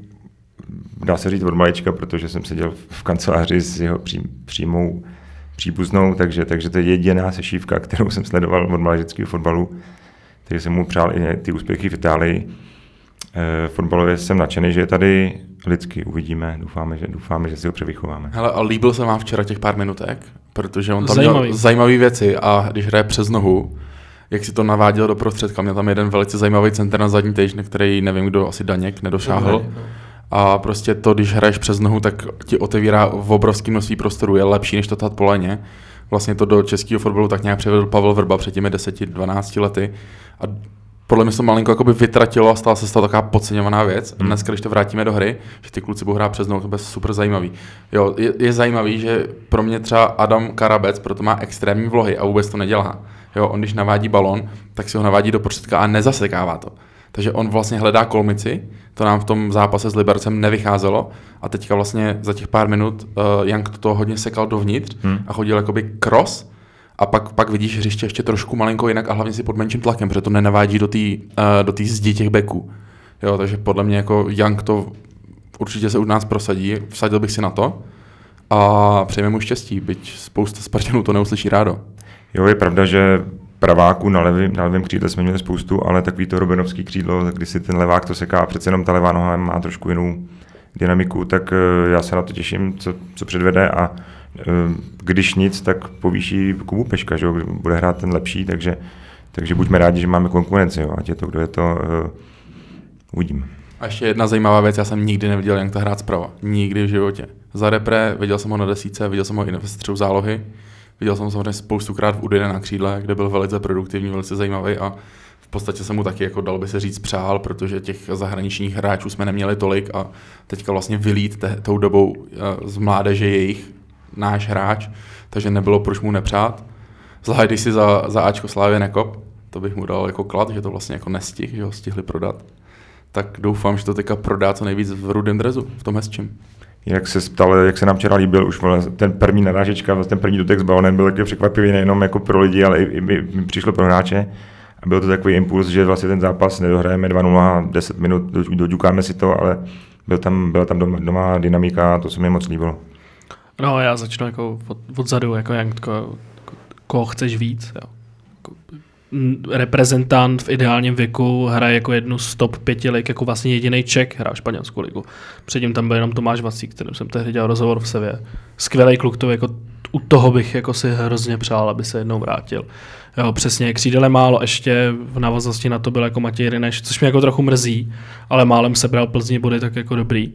dá se říct od malička, protože jsem seděl v kanceláři s jeho přímou příbuznou, takže to je jediná sešívka, kterou jsem sledoval od mládežnického fotbalu, takže jsem mu přál i ty úspěchy v Itálii. Fotbalově jsem nadšený, že je tady, lidsky uvidíme, doufáme, že si ho převychováme. Hele, a líbil se vám včera těch pár minutek, protože on tam měl zajímavé věci a když hraje přes nohu, jak si to naváděl do prostředka, měl tam jeden velice zajímavý center na zadní tyč, na který nevím kdo, asi Daněk, nedošáhl. A prostě to, když hraješ přes nohu, tak ti otevírá v obrovském množství prostoru, je lepší, než to tahat po léně. Vlastně to do českého fotbalu tak nějak přivedl Pavel Vrba před těmi 10-12 lety. A podle mě se to malinko jakoby vytratilo a stala se z toho taková podceňovaná věc. A dneska, když to vrátíme do hry, že ty kluci budou hrát přes nohu, to bude super zajímavý. Jo, je zajímavý, že pro mě třeba Adam Karabec proto má extrémní vlohy a vůbec to nedělá. Jo, on když navádí balon, tak si ho navádí do prostředka a nezasekává to. Takže on vlastně hledá kolmici, to nám v tom zápase s Libercem nevycházelo a teďka vlastně za těch pár minut Young to hodně sekal dovnitř a chodil jakoby cross a pak vidíš hřiště ještě trošku malinko jinak a hlavně si pod menším tlakem, protože to nenavádí do té zdi těch beků. Jo, takže podle mě jako Young to určitě se u nás prosadí, vsadil bych si na to a přejeme mu štěstí, byť spousta Spartanů to neuslyší rádo. Jo, je pravda, že praváků na levém křídle jsme měli spoustu, ale takový to robinovský křídlo, když si ten levák to seká, přece jenom ta levá noha má trošku jinou dynamiku, tak já se na to těším, co předvede a když nic, tak povýší Kubu Peška, že bude hrát ten lepší, takže buďme rádi, že máme konkurenci, jo, ať je to, kdo je to, uvidíme. A ještě jedna zajímavá věc, já jsem nikdy neviděl jak to hrát zprava, nikdy v životě. Za repre, viděl jsem ho na desíce, viděl jsem ho i ve střelu zálohy. Viděl jsem samozřejmě spoustukrát v Udine na křídle, kde byl velice produktivní, velice zajímavý a v podstatě se mu taky, jako dalo by se říct, přál, protože těch zahraničních hráčů jsme neměli tolik a teďka vlastně vylít tou dobou z mládeže jejich náš hráč, takže nebylo proč mu nepřát. Zvlášť když si za Ačko Slávě nekop, to bych mu dal jako klad, že to vlastně jako nestih, že ho stihli prodat. Tak doufám, že to teďka prodá co nejvíc v rudém drezu, v tom hezčím. Jak se ptal, jak se nám včera líbil, už ten první narážečka, ten první dotek s balonem byl taky překvapivý nejenom jako pro lidi, ale i přišlo pro hráče. A byl to takový impuls, že vlastně ten zápas nedohrajeme 2-0, 10 minut, doďukáme si to, ale byla tam doma dynamika a to se mi moc líbilo. No, já začnu jako odzadu, jako koho chceš víc. Jo. Reprezentant v ideálním věku hraje jako jednu z top 5 lig, jako vlastně jediný Čech hrál španělskou ligu. Předtím tam byl jenom Tomáš Vacík, kterým jsem tehdy dělal rozhovor v Sevě. Skvělý kluk, to jako u toho bych jako si hrozně přál, aby se jednou vrátil. Jo, přesně, křídele málo, ještě v návaznosti na to byl jako Matěj Ryneš, což mě jako trochu mrzí, ale málem sebral Plzni body tak jako dobrý.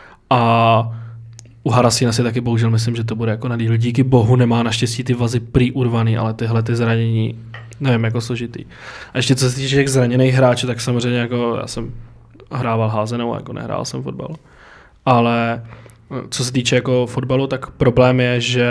A u Harasina si taky bohužel myslím, že to bude jako nadíl. Díky bohu nemá naštěstí ty vazy prý urvaný, ale tyhle ty zranění, nevím, jako složitý. A ještě co se týče těch zraněných hráčů, tak samozřejmě jako já jsem hrával házenou, jako nehrál jsem fotbal. Ale co se týče jako fotbalu, tak problém je, že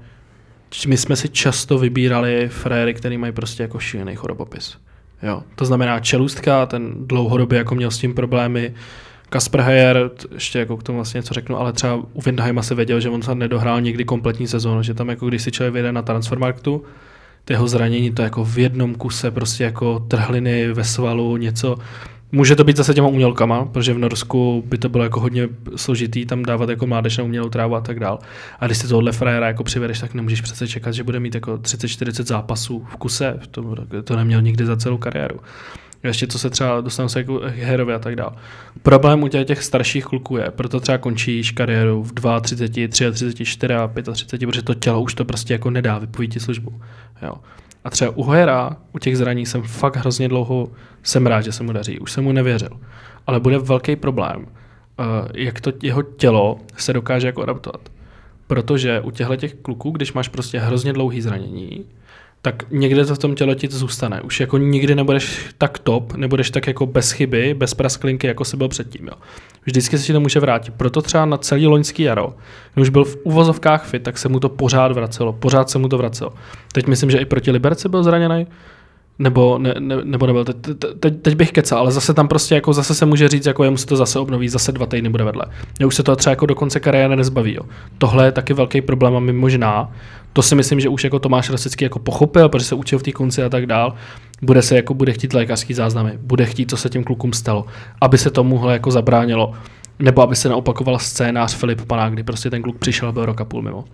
my jsme si často vybírali fréry, který mají prostě jako šílený chorobopis. Jo. To znamená Čelůstka, ten dlouhodobě jako měl s tím problémy. Kasper Heyer, ještě jako k tomu vlastně něco řeknu, ale třeba u Windheima se věděl, že on se nedohrál nikdy kompletní sezónu, že tam jako když si člověk vyjde na Transfermarktu, ty jeho zranění to jako v jednom kuse prostě jako trhliny ve svalu, něco. Může to být zase těma umělkama, protože v Norsku by to bylo jako hodně složitý tam dávat jako mládež na umělou trávu a tak dál. A když si tohle frajera jako přivedeš, tak nemůžeš přece čekat, že bude mít jako 30-40 zápasů v kuse. To neměl nikdy za celou kariéru. Ještě co se třeba dostanu se jako Herovi a tak dál. Problém u těch starších kluků je, proto třeba končíš kariéru v 32, 33, 34, protože to tělo už to prostě jako nedá, vypoví ti službu. Jo. A třeba u Hojera, u těch zraní jsem fakt hrozně dlouho jsem rád, že se mu daří. Už jsem mu nevěřil. Ale bude velký problém, jak to jeho tělo se dokáže jako adaptovat. Protože u těch kluků, když máš prostě hrozně dlouhý zranění, tak někde to v tom těle ti to zůstane. Už jako nikdy nebudeš tak top, nebudeš tak jako bez chyby, bez prasklinky, jako jsi byl předtím. Jo. Vždycky se ti to může vrátit. Proto třeba na celý loňský jaro, když už byl v uvozovkách fit, tak se mu to pořád se mu to vracelo. Teď myslím, že i proti Liberci byl zraněný, nebo nebyl. Teď bych kecal, ale zase tam prostě jako zase se může říct, jako jemu se to zase obnoví, zase 2 týdny bude vedle. Já už se to třeba jako do konce kariéry nezbaví. Jo. Tohle je taky velký problém a my možná, to si myslím, že už jako Tomáš Rosický jako pochopil, protože se učil v té konci a tak dál, bude chtít lékařský záznamy, bude chtít, co se těm klukům stalo, aby se tomuhle jako zabránilo, nebo aby se neopakoval scénář Filip Panák, kdy prostě ten kluk přišel a byl rok a půl mimo.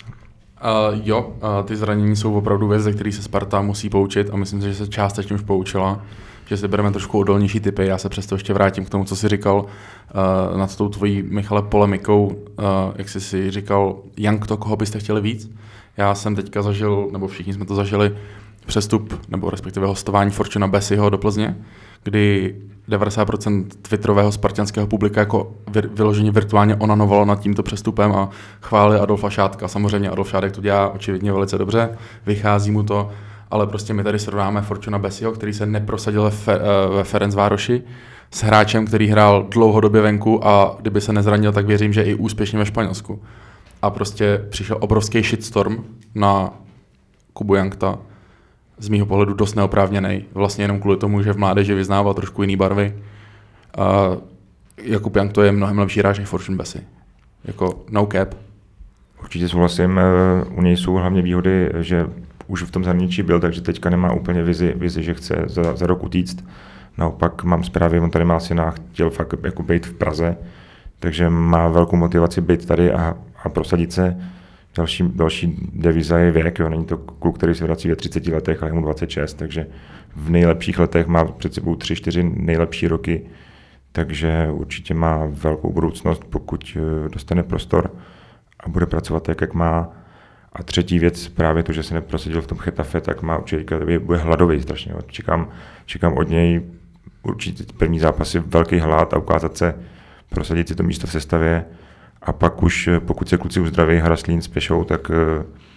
Ty zranění jsou opravdu věc, ze který se Sparta musí poučit a myslím si, že se částečně už poučila, že si bereme trošku odolnější typy. Já se přesto ještě vrátím k tomu, co jsi říkal nad tou tvojí, Michale, polemikou, jak jsi si říkal, Jankto, koho byste chtěli víc? Já jsem teďka zažil, nebo všichni jsme to zažili, přestup, nebo respektive hostování Fortuna Bessiho do Plzně, kdy 90% twitterového spartanského publika jako vyloženě virtuálně onanovalo nad tímto přestupem a chválili Adolfa Šádka. Samozřejmě Adolf Šádek to dělá očividně velice dobře, vychází mu to, ale prostě my tady srovnáme Fortuna Bessiho, který se neprosadil ve Ferencvároši, s hráčem, který hrál dlouhodobě venku a kdyby se nezranil, tak věřím, že i úspěšně ve Španělsku. A prostě přišel obrovský shitstorm na Kubu Jankta, z mýho pohledu dost neoprávněnej. Vlastně jenom kvůli tomu, že v mládeži vyznával trošku jiný barvy. Jakub Jankto je mnohem lepší hráč než Fortune Bessi. Jako no cap. Určitě souhlasím. U něj jsou hlavně výhody, že už v tom zahraničí byl, takže teďka nemá úplně vizi, že chce za rok utíct. Naopak mám zprávy, on tady má syna, chtěl fakt jako být v Praze, takže má velkou motivaci být tady a prosadit se. Další deviza je věk, jo. Není to kluk, který se vrací ve 30 letech, ale je mu 26, takže v nejlepších letech má před sebou 3-4 nejlepší roky, takže určitě má velkou budoucnost, pokud dostane prostor a bude pracovat tak, jak má. A třetí věc, právě to, že se neprosadil v tom Chetafe, tak má určitě, bude hladový strašně. Jo. Čekám od něj určitě první zápasy, velký hlad a ukázat se, prosadit si to místo v sestavě. A pak už, pokud se kluci uzdraví, Haraslín s Pešou, tak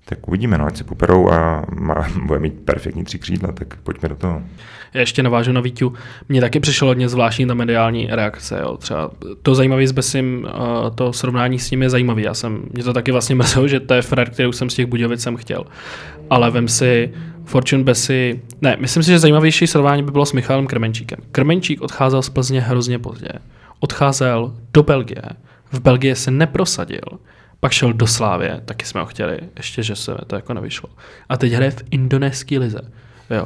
Tak uvidíme, no, ať se poperou a bude mít perfektní 3 křídla, tak pojďme do toho. Já ještě navážu na Víťu. Mně taky přišlo hodně zvláštní ta mediální reakce. Jo. Třeba to zajímavé s Bessim, to srovnání s ním je zajímavý. Mě to taky vlastně mrzelo, že to je frajer, kterou jsem z těch Budějovic jsem chtěl. Ale vem si Fortune Bessi. Ne, myslím si, že zajímavější srovnání by bylo s Michalem Krmenčíkem. Krmenčík odcházel z Plzně hrozně pozdě. Odcházel do Belgie. V Belgii se neprosadil. Pak šel do Slávie, taky jsme ho chtěli, ještě, že se to jako nevyšlo. A teď hraje v indonéské lize. Jo.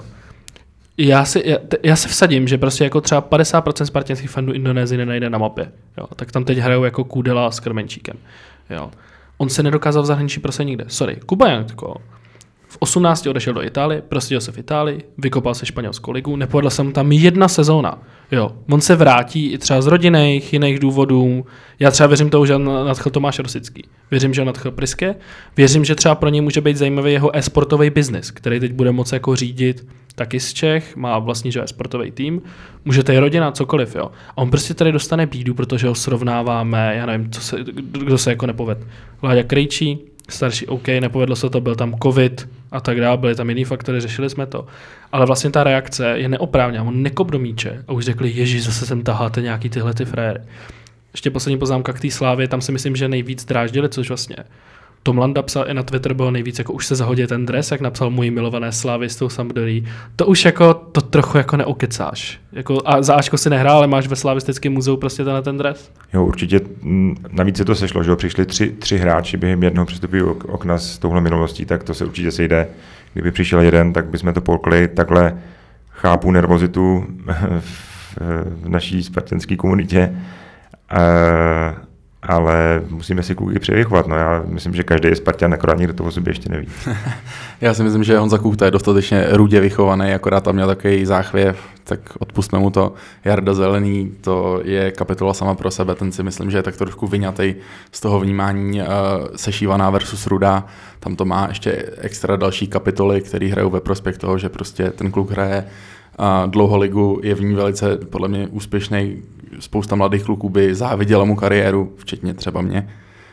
Já se vsadím, že prostě jako třeba 50% spartanských fandů Indonésii nenajde na mapě. Jo. Tak tam teď hrajou jako Kůdela s Krmenčíkem. Jo. On se nedokázal v zahraničí prostě nikde. Sorry, Kuba Jankto v 18 odešel do Itálie, prosadil se v Itálii, vykopal se španělskou ligu, nepovedla se mu tam 1 sezóna. Jo. On se vrátí i třeba z rodinných, jiných důvodů. Já třeba věřím tomu, že nadchl Tomáš Rosický. Věřím, že nadchl Priske. Věřím, že třeba pro něj může být zajímavý jeho e-sportový biznis, který teď bude moci jako řídit taky z Čech, má vlastní e-sportový tým. Může to je rodina, cokoliv, jo. A on prostě tady dostane bídu, protože ho srovnáváme, já nevím, kdo se jako nepoved. Láďa Krejčí, starší OK, nepovedlo se to, byl tam covid a tak dále, byly tam jiný faktory, řešili jsme to. Ale vlastně ta reakce je neoprávněná, on nekop do míče a už řekli, ježiš, zase sem taháte nějaký tyhle ty frajery. Ještě poslední poznámka k té Slávě, tam si myslím, že nejvíc dráždili, což vlastně Tom Landa psal i na Twitter, bylo nejvíc, jako už se zahodí ten dres, jak napsal můj milované Slávy s tou Sampdorií. To už jako, to trochu jako neokecáš. Jako, a za Ačko si nehrál, ale máš ve Slavistickém muzeu prostě ten dres? Jo, určitě. Navíc se to sešlo, že přišli tři hráči během jednoho přestupového okna s touhle minulostí, tak to se určitě sejde. Kdyby přišel jeden, tak bychom to polkli. Takhle chápu nervozitu v naší spartanské komunitě. Ale musíme si kluky převychovat. No, já myslím, že každý je Spartan, akorát nikdo to o sobě ještě neví. Já si myslím, že Honza Kuchta je dostatečně rudě vychovaný, akorát tam měl takový záchvěv, tak odpustme mu to. Jarda Zelený, to je kapitola sama pro sebe, ten si myslím, že je tak trošku vyňatý z toho vnímání sešívaná versus rudá. Tam to má ještě extra další kapitoly, které hrajou ve prospěch toho, že prostě ten kluk hraje dlouho ligu, je v ní velice podle mě úspěšný. Spousta mladých kluků by záviděla mu kariéru, včetně třeba mě.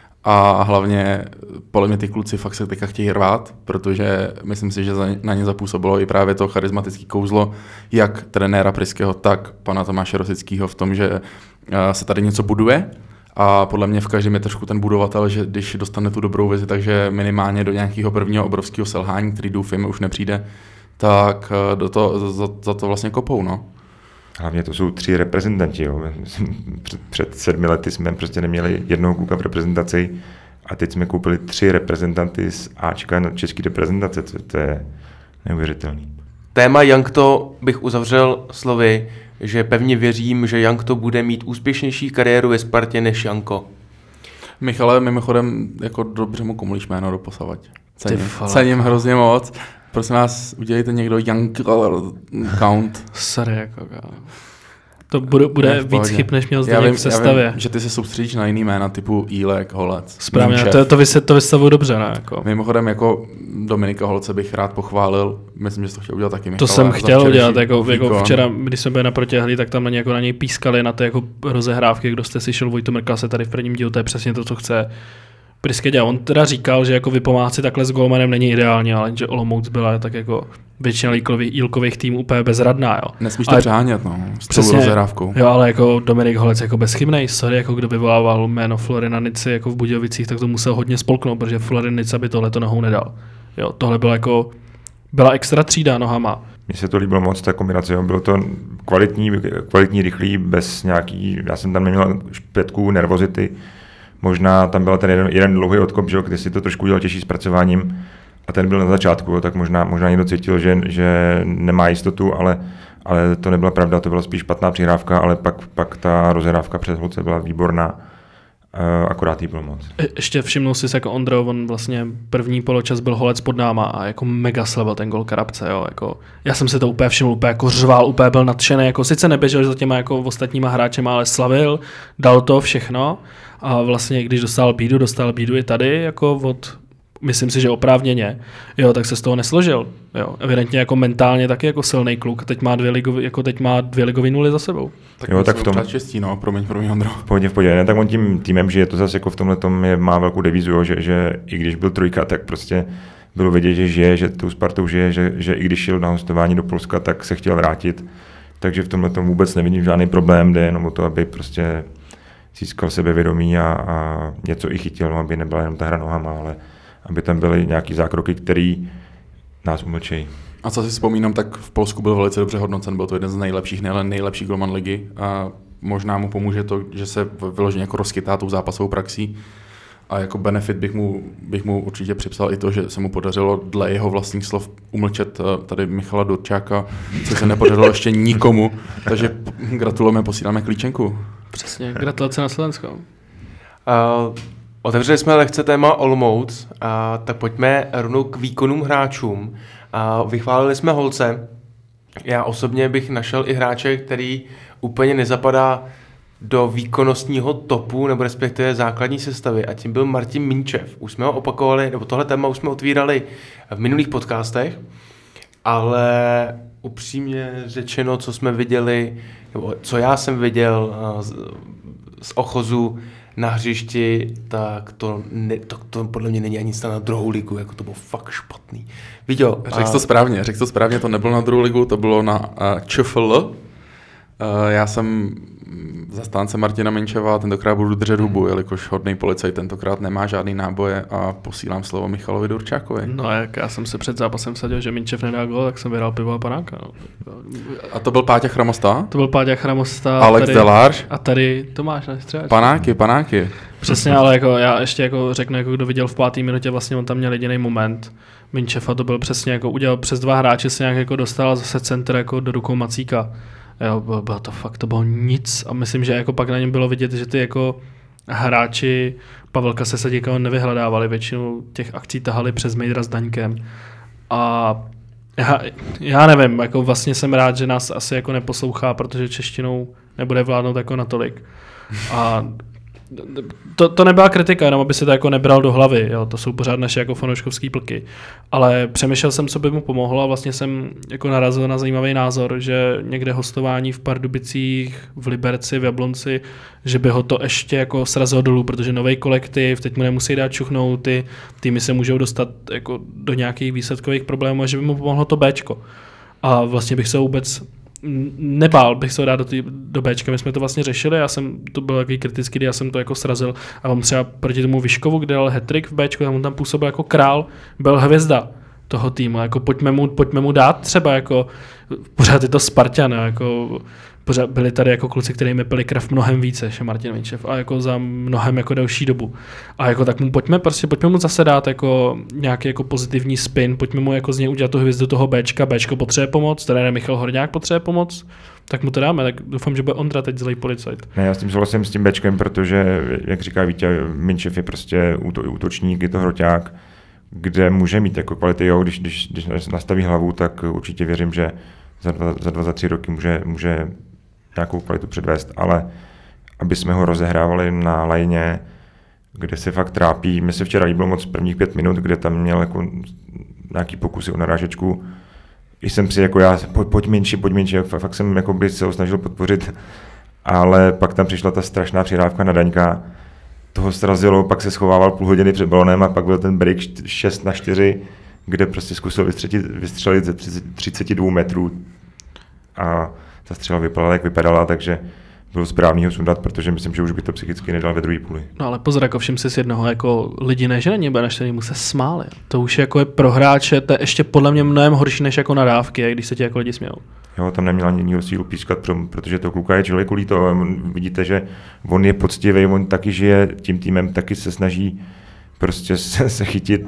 A hlavně podle mě ty kluci fakt se teďka chtějí rvát, protože myslím si, že na ně zapůsobilo i právě to charismatické kouzlo, jak trenéra Priského, tak pana Tomáše Rosického v tom, že se tady něco buduje. A podle mě v každém je trošku ten budovatel, že když dostane tu dobrou vizi, takže minimálně do nějakého prvního obrovského selhání, který doufujeme už nepřijde, tak za to vlastně kopou, no. Hlavně to jsou 3 reprezentanti. Jo. Před 7 lety jsme prostě neměli jednoho kluka v reprezentaci a teď jsme koupili 3 reprezentanty z Ačka na české reprezentace. To je neuvěřitelný. Téma Jankto bych uzavřel slovy, že pevně věřím, že Jankto bude mít úspěšnější kariéru ve Spartě než Janko. Michale, mimochodem, jako dobře mu komulíš jméno doposavať. Cením hrozně moc. Prosím vás, udělejte někdo Young count. Sorry, jako. To bude víc chyb, než měl Zdeněk v sestavě. Já vím, že ty se soustředíš na jiný jména typu Jílek, Holec. Správně, to vystavuju dobře, ne? Jako. Mimochodem, jako Dominika Holce bych rád pochválil. Myslím, že jsi to chtěl udělat taky, Michale. To jsem chtěl udělat, jako včera, když jsme byli na protěhlí, tak tam na něj pískali na ty jako rozehrávky, kdo jste slyšel, Vojto Mrkal se tady v prvním dílu, to je přesně to, co chce Priske dělal. On teda říkal, že jako vypomáhat si takhle s golmanem není ideální, ale že Olomouc byla tak jako většina jílkových týmů úplně bezradná, jo. Nesmíš to přehánět, no, s tou rozehrávkou. Jo, ale jako Dominik Holec jako bezchybnej, sorry, jako kdo vyvolával jméno Florina Nici jako v Budějovicích, tak to musel hodně spolknout, protože Florin Nica by tohle to nohou nedal. Jo, tohle byla extra třída nohama. Mně se to líbilo moc, ta kombinace, bylo to kvalitní, rychlý, bez nějaký, já jsem tam neměl špetku nervozity. Možná tam byl ten jeden dlouhý odkop, že, kde si to trošku udělal těžší zpracováním a ten byl na začátku, tak možná někdo cítil, že nemá jistotu, ale to nebyla pravda, to byla spíš špatná přihrávka, ale pak ta rozhrávka přes Holce byla výborná, akorát jí bylo moc. Ještě všimnul jsi jako Ondro, on vlastně první poločas byl Holec pod náma a jako mega slavil ten gol Karabce, jo, jako já jsem si to úplně všiml, úplně jako řval, úplně byl nadšený, jako sice neběžel za těma jako ostatníma hráčema, ale slavil, dal to všechno. A vlastně, když dostal bídu i tady, jako myslím si, že oprávněně, jo, tak se z toho nesložil. Jo. Evidentně jako mentálně taky jako silný kluk, teď má 2 ligové nuly za sebou. Tak jo, tak v tom čestí, no, promiň, Ondro. V pohodě. Ne, tak on tím týmem, že je to zase jako v tomhle tom má velkou devízu, že i když byl 3, tak prostě bylo vidět, že žije, že tou Spartou žije, že i když šel na hostování do Polska, tak se chtěl vrátit. Takže v tomhle tomu vůbec nevidím žádný problém, jde jenom o to, aby prostě získal sebevědomí a něco i chytil, no, aby nebyla jenom ta hra nohama, ale aby tam byly nějaký zákroky, který nás umlčejí. A co si vzpomínám, tak v Polsku byl velice dobře hodnocen, byl to jeden z nejlepších, nejlepší golman ligy a možná mu pomůže to, že se vyloženě jako rozkytá tou zápasovou praxí a jako benefit bych mu určitě připsal i to, že se mu podařilo dle jeho vlastních slov umlčet tady Michala Durčáka, což se nepodařilo ještě nikomu, takže gratulujeme, posíláme klíčenku. Přesně, gratulace na Slovensko. Otevřeli jsme lehce téma Olomouc, tak pojďme rovnou k výkonům hráčům. Vychválili jsme Holce. Já osobně bych našel i hráče, který úplně nezapadá do výkonnostního topu, nebo respektive základní sestavy, a tím byl Martin Minčev. Už jsme ho opakovali, nebo tohle téma už jsme otvírali v minulých podcastech, ale upřímně řečeno, co jsme viděli, nebo co já jsem viděl z Ochozu na hřišti, tak to podle mě není ani na druhou ligu, jako to bylo fakt špatný. Viděl? Řekl to správně, to nebylo na druhou ligu, to bylo na ČFL. Já jsem zastánce Martina Minčeva, tentokrát budu držet hubu, jelikož hodný policajt tentokrát nemá žádný náboje a posílám slovo Michalovi Durčákovi. No jak já jsem se před zápasem vsadil, že Minčev nedá gól, tak jsem vyhrál pivo a panáka. No. A to byl Páťa Chramosta? To byl Páťa Chramosta. Alex Delář? A tady Tomáš na střeláč. Panáky. Přesně, ale jako já ještě jako řeknu, jako kdo viděl v 5. minutě, vlastně on tam měl jediný moment. Minčeva to byl přesně jako udělal přes 2 hráče, se nějak jako dostal zase center jako do rukou Macíka. Jo, bylo to fakt, to bylo nic a myslím, že jako pak na něm bylo vidět, že ty jako hráči Pavelka se jako nevyhledávali, většinou těch akcí tahali přes Mejdra s Daňkem a já nevím, jako vlastně jsem rád, že nás asi jako neposlouchá, protože češtinou nebude vládnout jako natolik a to nebyla kritika, jenom aby se to jako nebral do hlavy, jo, to jsou pořád naše jako fanouškovský plky, ale přemýšlel jsem, co by mu pomohlo a vlastně jsem jako narazil na zajímavý názor, že někde hostování v Pardubicích, v Liberci, v Jablonci, že by ho to ještě jako srazilo dolů, protože nový kolektiv, teď mu nemusí dát čuchnout, ty týmy se můžou dostat jako do nějakých výsledkových problémů a že by mu pomohlo to Bčko. A vlastně bych se vůbec nebál bych se ho dát do Bčka, my jsme to vlastně řešili, to byl takový kritický, kdy já jsem to jako srazil a mám třeba proti tomu Vyškovu, kde dal hat-trick v Bčku, on tam působil jako král, byl hvězda toho týmu, jako pojďme mu dát třeba jako, pořád je to Spartan, jako pořád byli tady jako kluci, kteří mi pili krev mnohem více, než Martin Minčev a jako za mnohem jako delší dobu. A jako tak mu pojďme mu zase dát jako nějaký jako pozitivní spin, pojďme mu jako z něj udělat tu hvězdu toho Bčka, Bčko potřebuje pomoc, trenér Michal Horňák potřebuje pomoc, tak mu to dáme, tak doufám, že bude Ondra teď zlej policajt. Ne, já s tím souhlasím s tím Bčkem, protože, jak říká Vítě, Minčev je prostě útočník, je to hroťák, kde může mít jako kvality, jo, když nastaví hlavu, tak určitě věřím, že za 3 roky může nějakou kvalitu předvést, ale aby jsme ho rozehrávali na lajně, kde se fakt trápí. Mně se včera líbilo moc prvních 5 minut, kde tam měl jako nějaký pokusy o narážečku. I jsem si jako pojď menší, fakt jsem jako by se ho snažil podpořit, ale pak tam přišla ta strašná přihrávka na Daňka, toho srazilo, pak se schovával půl hodiny před balonem a pak byl ten break 6-4, kde prostě zkusil vystřelit ze 32 metrů a ta střela vypadala, jak vypadala, takže bylo správný ho sundat, protože myslím, že už by to psychicky nedal ve druhé půli. No ale pozor, jako všim si z jednoho, jako lidi nežení, než mu se smáli. To už jako je pro hráče, to je ještě podle mě mnohem horší než jako nadávky, když se ti jako lidi smějou. Jo, tam neměl ani nikdo sílu pískat, protože to kluka je člověku líto. Vidíte, že on je poctivý, on taky žije tím týmem, taky se snaží prostě se chytit,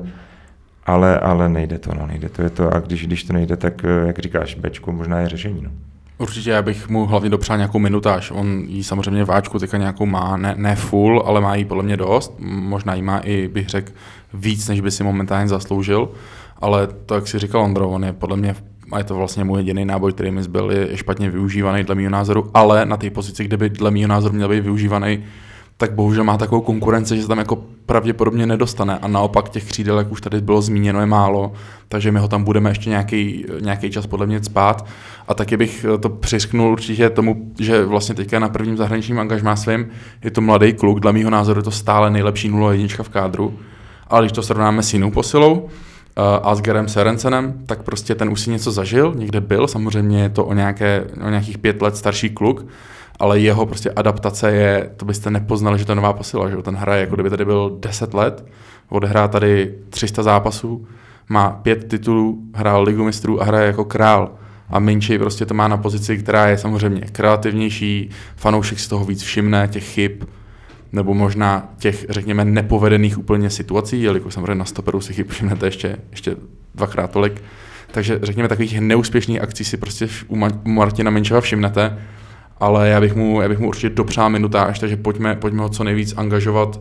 ale nejde to. Je to a když to nejde, tak jak říkáš, Bčko možná je řešení. No. Určitě já bych mu hlavně dopřál nějakou minutáž. On jí samozřejmě váčku teďka nějakou má, ne full, ale má jí podle mě dost. Možná jí má i, bych řekl, víc, než by si momentálně zasloužil. Ale to, jak si říkal Ondro, on je podle mě, a je to vlastně můj jediný náboj, který mi zbyl, je špatně využívaný dle mýho názoru, ale na té pozici, kde by dle mýho názoru měl být využívaný, tak bohužel má takovou konkurenci, že se tam jako pravděpodobně nedostane a naopak těch křídel, jak už tady bylo zmíněno, je málo, takže my ho tam budeme ještě nějaký čas podle mě cpát a taky bych to přiřknul určitě tomu, že vlastně teďka na prvním zahraničním angažmá svým je to mladý kluk, dle mýho názoru je to stále nejlepší 0-1 v kádru, ale když to srovnáme s jinou posilou, Asgerem Sørensenem, tak prostě ten už si něco zažil, někde byl, samozřejmě je to o nějakých 5 let starší kluk, ale jeho prostě adaptace je, to byste nepoznali, že to je nová posila, že ten hraje, jako kdyby tady byl 10 let, odehrá tady 300 zápasů, má 5 titulů, hrál Ligu mistrů a hraje jako král. A Minčej prostě to má na pozici, která je samozřejmě kreativnější, fanoušek si toho víc všimne, těch chyb, nebo možná těch, řekněme, nepovedených úplně situací, jelikož samozřejmě na stoperu si chyb všimnete ještě 2x tolik. Takže řekněme, takových neúspěšných akcí si prostě u Martina Minčeva všimnete, ale já bych mu určitě dopřál minutáž, takže pojďme ho co nejvíc angažovat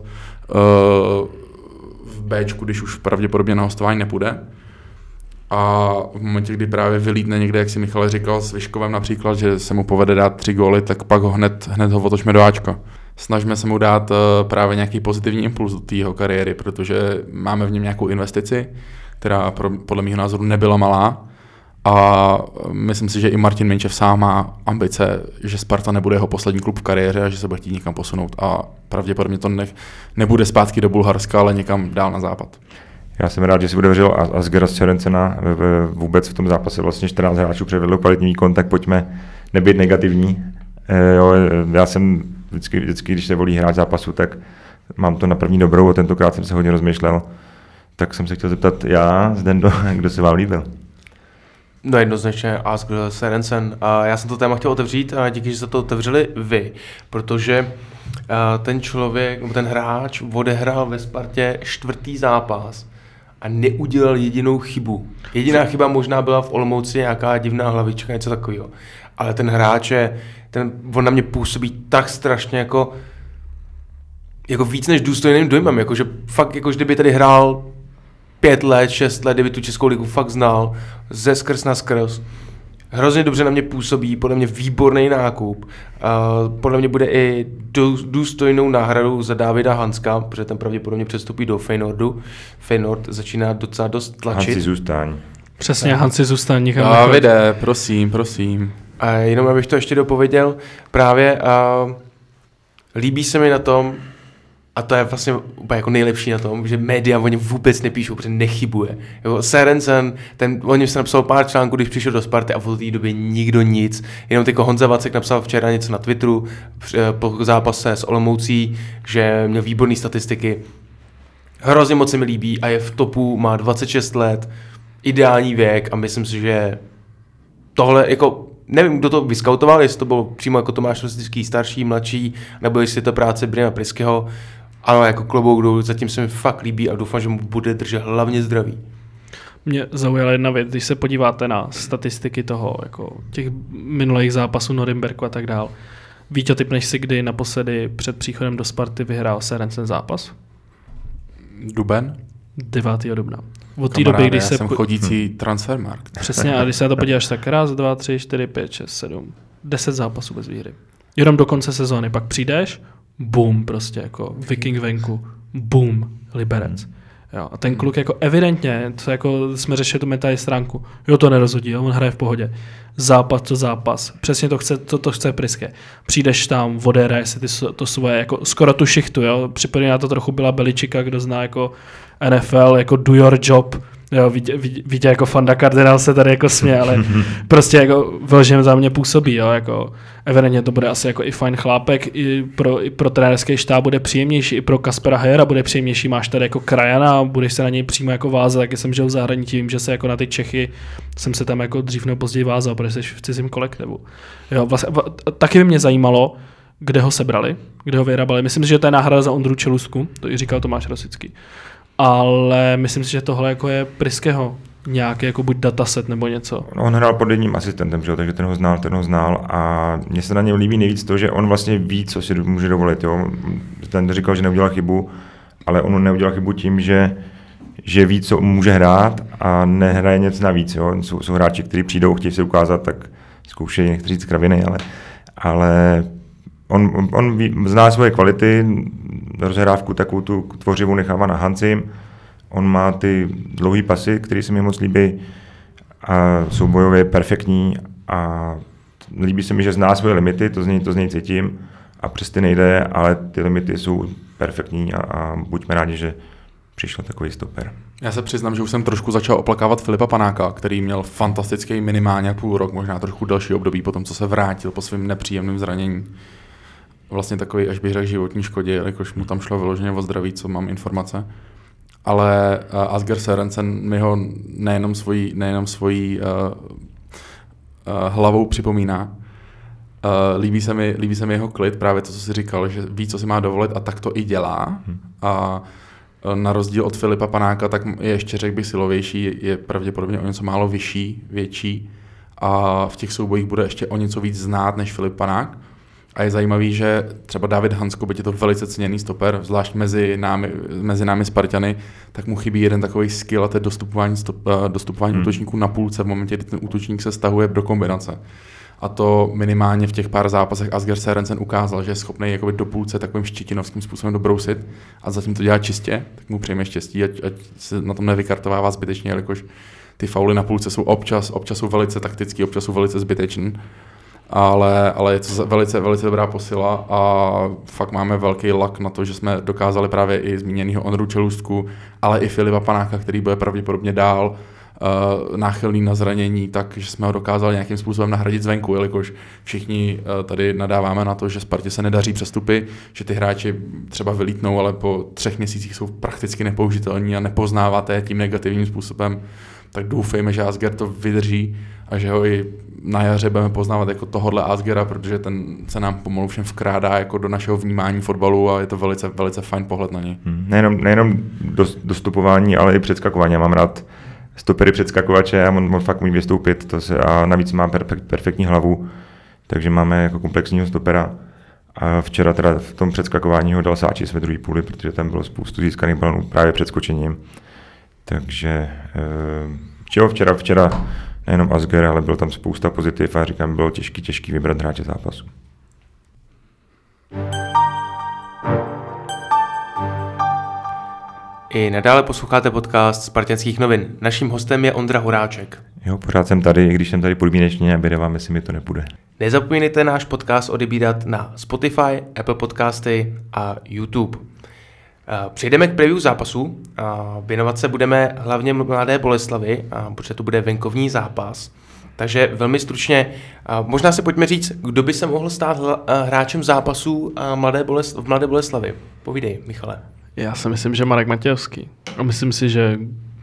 v Bčku, když už pravděpodobně na hostování nepůjde. A v momentě, kdy právě vylítne někde, jak si Michal říkal, s Vyškovem například, že se mu povede dát 3 góly, tak pak ho hned ho otočme do Ačka. Snažíme se mu dát právě nějaký pozitivní impuls do té jeho kariéry, protože máme v něm nějakou investici, která podle mého názoru nebyla malá. A myslím si, že i Martin Minčev sám má ambice, že Sparta nebude jeho poslední klub v kariéře a že se bude chtít někam posunout. A pravděpodobně to nebude zpátky do Bulharska, ale někam dál na západ. Já jsem rád, že si udeřil Asgera Sørenssena vůbec v tom zápase. Vlastně 14 hráčů předvedlo kvalitní výkon, tak pojďme nebýt negativní. Já jsem vždycky, když se volí hráč zápasu, tak mám to na první dobrou a tentokrát jsem se hodně rozmýšlel. Tak jsem se chtěl zeptat Zdendo, kdo se vám líbil? No jednoznačně Asger Sørensen. A já jsem to téma chtěl otevřít a díky, že jste to otevřeli vy, protože ten člověk, ten hráč odehrál ve Spartě 4. zápas a neudělal jedinou chybu. Jediná chyba možná byla v Olomouci nějaká divná hlavička, něco takového. Ale ten hráč on na mě působí tak strašně jako víc než důstojným dojmem, jakože fakt, jakože kdyby tady hrál 5 let, 6 let, kdyby tu Českou ligu fakt znal, ze skrz na skrz. Hrozně dobře na mě působí, podle mě výborný nákup. Podle mě bude i důstojnou náhradou za Davida Hanska, protože ten pravděpodobně přestupí do Feyenoordu. Feyenoord začíná docela dost tlačit. Hansi zůstaň. Přesně, Hansi zůstaň. Davide, prosím. A jenom abych to ještě dopověděl, právě líbí se mi na tom, a to je vlastně úplně jako nejlepší na tom, že média o něm vůbec nepíšou, protože nechybuje. Sørensen, o něm se napsal pár článků, když přišel do Sparty a v té době nikdo nic. Jenom tyko Honza Vacek napsal včera něco na Twitteru po zápase s Olomoucí, že měl výborné statistiky. Hrozně moc se mi líbí a je v topu, má 26 let, ideální věk a myslím si, že tohle jako nevím, kdo to vyskautoval, jestli to bylo přímo jako Tomáš Rosický, starší, mladší, nebo jestli to práce Briana Pryskyho, ale jako klobouk dolů, zatím se mi fakt líbí a doufám, že mu bude držet hlavně zdraví. Mě zaujala jedna věc, když se podíváte na statistiky toho, jako těch minulých zápasů Norimberku a tak dál. Víte, typneš si, kdy naposledy před příchodem do Sparty vyhrál Sørensen zápas? Duben? 9. dubna. Od té doby, když já jsem chodící transfermarkt. Přesně, a když se na to podíváš, tak 1, 2, 3, 4, 5, 6, 7, 10 zápasů bez výhry. Jenom do konce sezóny, pak přijdeš, boom, prostě jako Viking venku, boom, Liberec. Jo, a ten kluk jako evidentně, to jako jsme řešili tu mentální stránku, jo, to nerozhodí, on hraje v pohodě. Zápas to zápas, přesně to chce Pryské. Přijdeš tam, odehraje si to svoje, jako skoro tu šichtu, jo, připomíná to trochu byla Beličika, kdo zná jako NFL, jako do your job, jo, vidě jako Fanda Kardinál se tady jako směje, ale prostě jako vyloženě za mě působí, jo, jako evidentně to bude asi jako i fajn chlápek, i pro trenérský štáb bude příjemnější, i pro Kaspera Hejera bude příjemnější, máš tady jako krajana, budeš se na něj přímo jako vázat, taky jsem žil v zahraničí, vím, že se jako na ty Čechy jsem se tam jako dřív nebo později vázal, protože jsi v cizím kolektivu. Jo, vlastně, taky by mě zajímalo, kde ho sebrali, kde ho vyrábali. Myslím si, že to je náhrada za Ondru Čelustku, to i říkal Tomáš Rosický. Ale myslím si, že tohle jako je Pryskyho nějaký jako buď dataset nebo něco. On hrál pod jedním asistentem, takže ten ho znal a mně se na něm líbí nejvíc to, že on vlastně ví, co si může dovolit. Jo? Ten říkal, že neudělal chybu, ale on neudělal chybu tím, že ví, co může hrát a nehraje nic navíc. Jo? Jsou hráči, kteří přijdou, chtějí se ukázat, tak zkoušejí někteří z kraviny, ale on zná svoje kvality, rozhrávku takovou tu tvořivou nechává na Hansim. On má ty dlouhé pasy, které se mi moc líbí a jsou bojově perfektní a líbí se mi, že zná svoje limity, to z něj cítím a přes ty nejde, ale ty limity jsou perfektní a buďme rádi, že přišel takový stoper. Já se přiznám, že už jsem trošku začal oplakávat Filipa Panáka, který měl fantastický minimálně půl rok, možná trošku delší období po tom, co se vrátil po svým nepříjemným zranění. Vlastně takový, až bych řekl, životní škodě, jakož mu tam šlo vyloženě o zdraví, co mám informace. Ale Asger Sørensen mi ho nejenom svojí hlavou připomíná. Líbí se mi jeho klid, právě to, co jsi říkal, že ví, co si má dovolit a tak to i dělá. A na rozdíl od Filipa Panáka, tak je ještě, řekl bych, silovější, je pravděpodobně o něco málo vyšší, větší a v těch soubojích bude ještě o něco víc znát než Filip Panák. A je zajímavý, že třeba David Hansko, byť je to velice ceněný stoper, zvlášť mezi námi Spartany, tak mu chybí jeden takový skill a to je dostupování útočníků na půlce v momentě, kdy ten útočník se stahuje do kombinace. A to minimálně v těch pár zápasech Asger Sørensen ukázal, že je schopný jakoby do půlce takovým štětinovským způsobem dobrousit a zatím to dělá čistě, tak mu přejme štěstí, ať se na tom nevykartovává zbytečně, jelikož ty fauly na půlce jsou občas jsou velice taktický, občas jsou velice zbytečný. Ale je to velice, velice dobrá posila a fakt máme velký lak na to, že jsme dokázali právě i zmíněnýho Ondru Čelůstku, ale i Filipa Panáka, který bude pravděpodobně dál náchylný na zranění, takže jsme ho dokázali nějakým způsobem nahradit zvenku, jelikož všichni tady nadáváme na to, že Spartě se nedaří přestupy, že ty hráči třeba vylítnou, ale po 3 měsících jsou prakticky nepoužitelní a nepoznáváte je tím negativním způsobem. Tak doufejme, že Asger to vydrží a že ho i na jaře budeme poznávat jako tohodle Asgera, protože ten se nám pomalu všem vkrádá jako do našeho vnímání fotbalu a je to velice, velice fajn pohled na něj. Nejenom dostupování, ale i předskakování. Já mám rád stopery předskakovače a on fakt umí vystoupit a navíc má perfektní hlavu, takže máme jako komplexního stopera. A včera teda v tom předskakování ho dal Sáčis ve druhé půli, protože tam bylo spoustu získaných balonů právě před skočením. Takže včera nejenom Asger, ale bylo tam spousta pozitiv a říkám, bylo těžký vybrat hráče zápasu. I nadále posloucháte podcast Spartanských novin. Naším hostem je Ondra Horáček. Jo, pořád jsem tady, i když jsem tady podmínečně a běde vám, jestli mi to nepůjde. Nezapomínejte náš podcast odebírat na Spotify, Apple Podcasty a YouTube. Přejdeme k preview zápasu. Věnovat se budeme hlavně Mladé Boleslavi, protože to bude venkovní zápas. Takže velmi stručně, možná si pojďme říct, kdo by se mohl stát hráčem zápasu v Mladé Boleslavi. Povídej, Michale. Já si myslím, že Marek Matějovský. A myslím si, že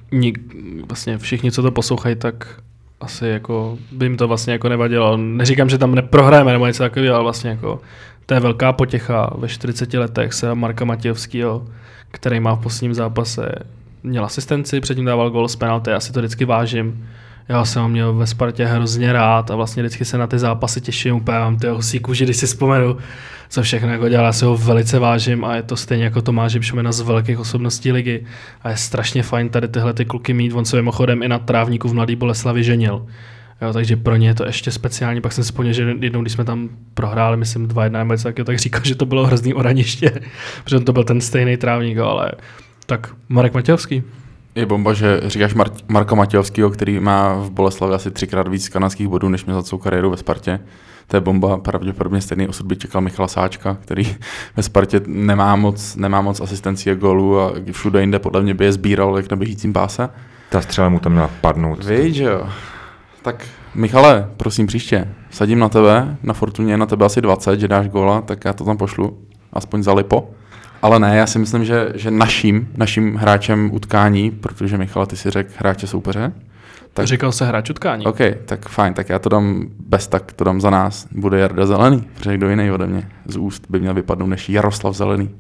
vlastně všichni, co to poslouchají, tak asi jako by jim to vlastně jako nevadilo. Neříkám, že tam neprohrajeme nebo něco takového, ale vlastně jako to je velká potěcha ve 40 letech se Marka Matějovského, který má v posledním zápase měl asistenci, předtím dával gól z penalty, já si to vždycky vážím. Já jsem ho měl ve Spartě hrozně rád a vlastně vždycky se na ty zápasy těším, úplně mám ty husí kůži, když si vzpomenu, co všechno jako dělá, já si ho velice vážím a je to stejně jako Tomáš Hybšmena z velkých osobností ligy a je strašně fajn tady tyhle ty kluky mít, on se mimochodem i na trávníku v Mladé Boleslavi ženil. Jo, takže pro ně je to ještě speciální, pak jsem si vzpomněl, že jednou, když jsme tam prohráli, myslím 2-1 nebo něco taky, tak říkal, že to bylo hrozný oraniště, protože to byl ten stejný trávník, ale tak Marek Matějovský. Je bomba, že říkáš Marka Matějovského, který má v Boleslavi asi 3x víc kanadských bodů, než měl za celou kariéru ve Spartě. To je bomba, pravděpodobně stejný osud by čekal Michala Sáčka, který ve Spartě nemá moc asistencí a gólů a všude jinde podle mě by je sbíral jak na běžícím páse. Ta střela mu tam měla padnout. Víš, jo. Tak Michale, prosím příště, sadím na tebe, na Fortuně na tebe asi 20, že dáš góla, tak já to tam pošlu, aspoň za lipo. Ale ne, já si myslím, že naším hráčem utkání, protože Michale, ty si řekl hráče soupeře. Tak říkal se hráč utkání. OK, tak fajn, tak já to dám to dám za nás. Bude Jarda Zelený, protože kdo jiný ode mě z úst by měl vypadnout než Jaroslav Zelený.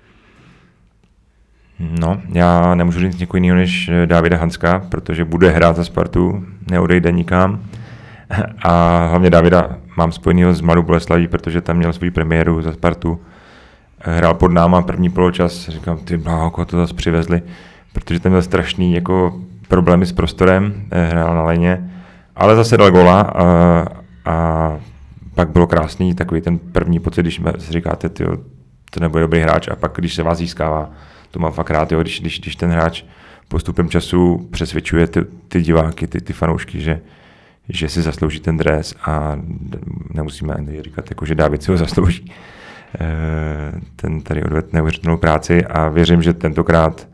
No, já nemůžu říct někoho jiného než Davida Hanska, protože bude hrát za Spartu, neodejde nikam. A hlavně Davida mám spojenýho s Mladou Boleslaví, protože tam měl svou premiéru za Spartu. Hrál pod náma první poločas, říkám, ty bláho, to zase přivezli, protože tam měl strašný jako problémy s prostorem, hrál na léně, ale zase dal góla a pak bylo krásný takový ten první pocit, když si říkáte, tyjo, to nebude dobrý hráč a pak když se vás získává, to mám fakt rád, jo, když ten hráč postupem času přesvědčuje ty diváky, ty fanoušky, že si zaslouží ten dres a nemusíme ani říkat, jako, že David si ho zaslouží. Ten tady odvedl neuvěřitelnou práci a věřím, že tentokrát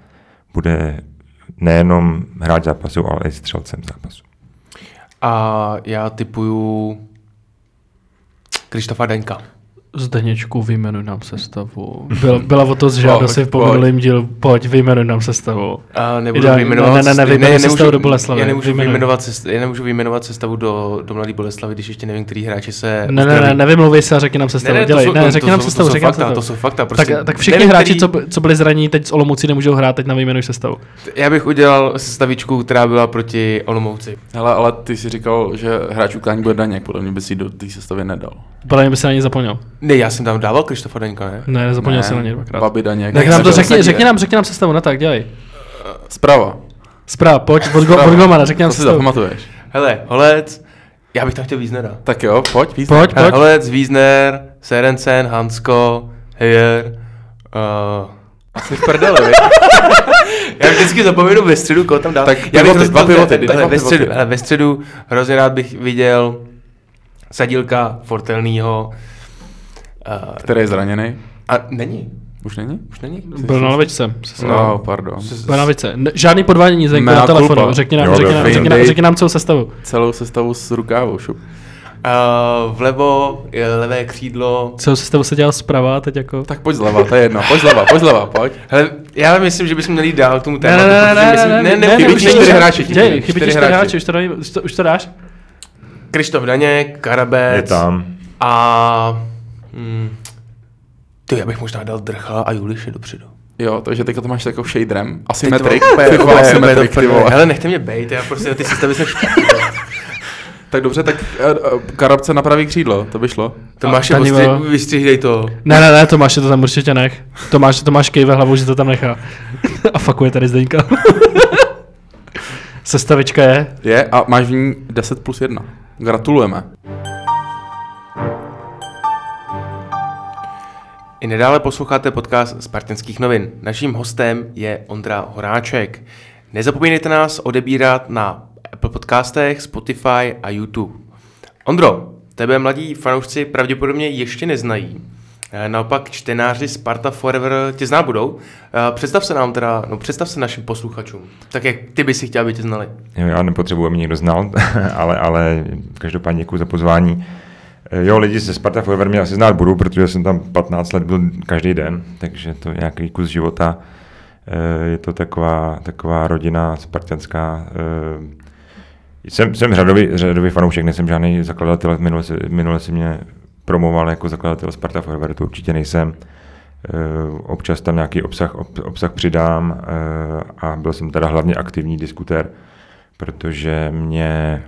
bude nejenom hráč zápasu, ale i střelcem zápasu. A já tipuju Krištofa Daňka. Zdeněčku, vyjmenuj nám sestavu. Byla o to žádost v minulém dílu. Pojď, vyjmenuj nám sestavu. A nebudu vyjmenovat sestavu do Boleslavy. Já nemůžu vyjmenovat sestavu do Mladé Boleslavy, když ještě nevím, který hráči se... Nevymluvej se a řekni nám sestavu. Řekni nám sestavu. To jsou fakta. Prostě tak všichni hráči, co byli zraněni teď z Olomouci, nemůžou hrát, teď nám vyjmenuj sestavu. Já bych udělal sestavičku, která byla proti Olomouci. Hele, ale ty si říkal, že hráč utkání bude Daněk, podle mě by si do té sestavy nedal. Podle mě by se na něj zapomněl. Ne, já jsem tam dával Krištofa Daňka, ne? Ne, zapomněl jsem na něj dvakrát. Babi Daněk. Tak nám to řekni nám sestavu, no tak, dělej. Zprava, pojď, od Gomana, řekni nám sestavu. To si zapamatuješ. Hele, Holec, já bych tam chtěl Wiesnera. Tak jo, pojď. Hele, Holec, Wiesner, Serencen, Hansko, Heyer, asi v prdele, vy. Já vždycky zapomenu ve středu, koho tam dál. Tak dva pivoty. Ve středu hrozně rád bych viděl Sadílka, Fortelnýho. Který je zraněný? A není. Už není? Byl na lavičce. No, pardon. Byl na lavičce. Žádný podvádění Zdenku na telefonu. Řekni nám celou sestavu. Celou sestavu s rukávou, šup. Vlevo je levé křídlo. Celou sestavu se dělal zprava teď jako. Tak pojď zleva, to je jedno. Pojď zleva, pojď. Hele, já myslím, že bychom měli dál k tomu tématu. Chybí 4 hráči. Chybí 4 hráči, už to dáš? Krištof Daněk, Karabec. Je tam. A... já bych možná dal Drchala a Juliše dopředu. Jo, takže teďka to máš jako shaderem. Asymetrik. Hele, nechte mě bejt, já prostě ty sestavy jsem špatný. Tak dobře, tak Karabce na pravý křídlo, to by šlo. Tomáše, vystřihdej to. Ne, Tomáše to tam určitě nech. Tomáš kejve hlavou, že to tam nechá. A fakuje tady Zdeňka. Sestavička je? Je a máš v ní 10+1. Gratulujeme. I nadále posloucháte podcast Spartanských novin. Naším hostem je Ondra Horáček. Nezapomínejte nás odebírat na Apple podcastech, Spotify a YouTube. Ondro, tebe mladí fanoušci pravděpodobně ještě neznají. Naopak čtenáři Sparta Forever tě znát budou. Představ se našim posluchačům, tak jak ty by si chtěl, aby tě znali. Já nepotřebuji, aby mě někdo znal, ale každopádně děkuji za pozvání. Jo, lidi ze Sparta Forever mě asi znát budou, protože jsem tam 15 let byl každý den, takže to je nějaký kus života. Je to taková rodina spartanská. Jsem řadový fanoušek, nejsem žádný zakladatel, minule si mě promoval jako zakladatel Sparta Forever, to určitě nejsem. Občas tam nějaký obsah přidám a byl jsem teda hlavně aktivní diskutér, protože mě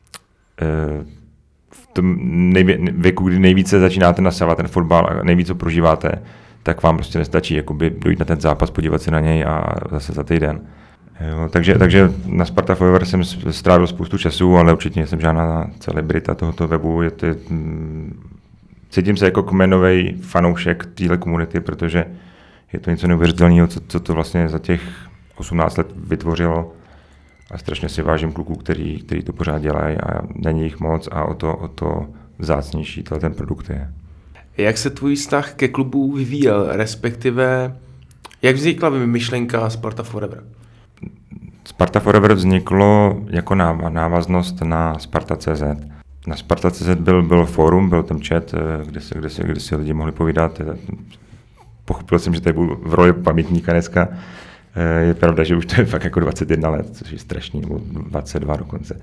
v tom věku, kdy nejvíce začínáte nasávat ten fotbal a nejvíce prožíváte, tak vám prostě nestačí jakoby dojít na ten zápas, podívat se na něj a zase za týden. Jo, takže na Sparta Forever jsem strávil spoustu času, ale určitě nejsem žádná celebrita tohoto webu. Cítím se jako kmenový fanoušek téhle komunity, protože je to něco neuvěřitelného, co to vlastně za těch 18 let vytvořilo. A strašně si vážím kluků, který to pořád dělají a není jich moc a o to vzácnější ten produkt je. Jak se tvůj vztah ke klubu vyvíjel, respektive jak vznikla myšlenka Sparta Forever? Sparta Forever vzniklo jako návaznost na Sparta.cz. Na Sparta.cz byl fórum, byl tam chat, kde si lidi mohli povídat. Pochopil jsem, že tady budu v roli pamětníka dneska. Je pravda, že už to je fakt jako 21 let, což je strašný, nebo 22 dokonce.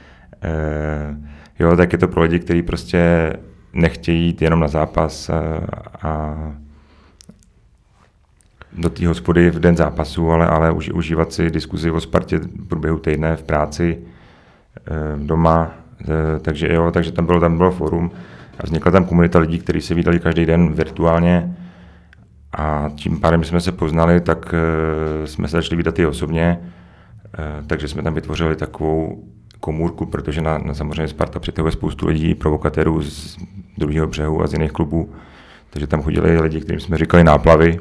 Jo, tak je to pro lidi, kteří prostě nechtějí jít jenom na zápas a do té hospody v den zápasu, ale užívat si diskuzi o Spartě v průběhu týdne v práci, doma. Takže tam bylo fórum a vznikla tam komunita lidí, kteří se vídali každý den virtuálně a tím pádem, jsme se poznali, tak jsme se začali vídat i osobně, takže jsme tam vytvořili takovou komůrku, protože samozřejmě Sparta přitahuje spoustu lidí, provokatérů z druhého břehu a z jiných klubů, takže tam chodili lidi, kterým jsme říkali náplavy.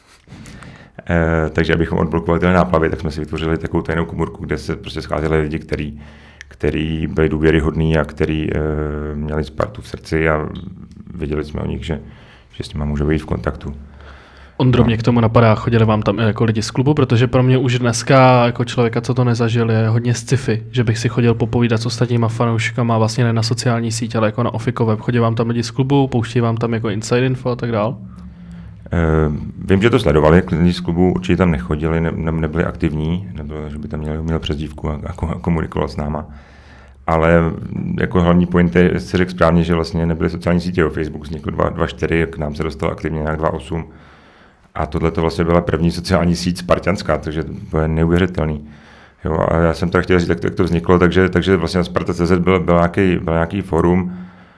Takže abychom odblokovali ty náplavy, tak jsme si vytvořili takovou tajnou komůrku, kde se prostě scházeli lidi, kteří byli důvěryhodní a kteří měli Spartu v srdci a věděli jsme o nich, že s nimi může být v kontaktu. Ondro, mě k tomu napadá, chodili vám tam i jako lidi z klubu, protože pro mě už dneska jako člověka, co to nezažil, je hodně sci-fi, že bych si chodil popovídat s ostatníma fanouškama, vlastně ne na sociální síť, ale jako na Ofiko web. Chodí vám tam lidi z klubu, pouští vám tam jako inside info a tak dál? Vím, že to sledovali, lidi z klubu určitě tam nechodili, nebyli aktivní, nebylo, že by tam měl přezdívku a komunikoval s náma. Ale jako hlavní point je, si řekl správně, že vlastně nebyly sociální sítě, Facebook vznikl 2.4, k nám se dostal aktivně nějak 2.8. A tohle to vlastně byla první sociální síť spartanská, takže to je neuvěřitelný. Jo, a já jsem tak chtěl říct, jak to vzniklo, takže vlastně na Sparta.cz byl nějaký forum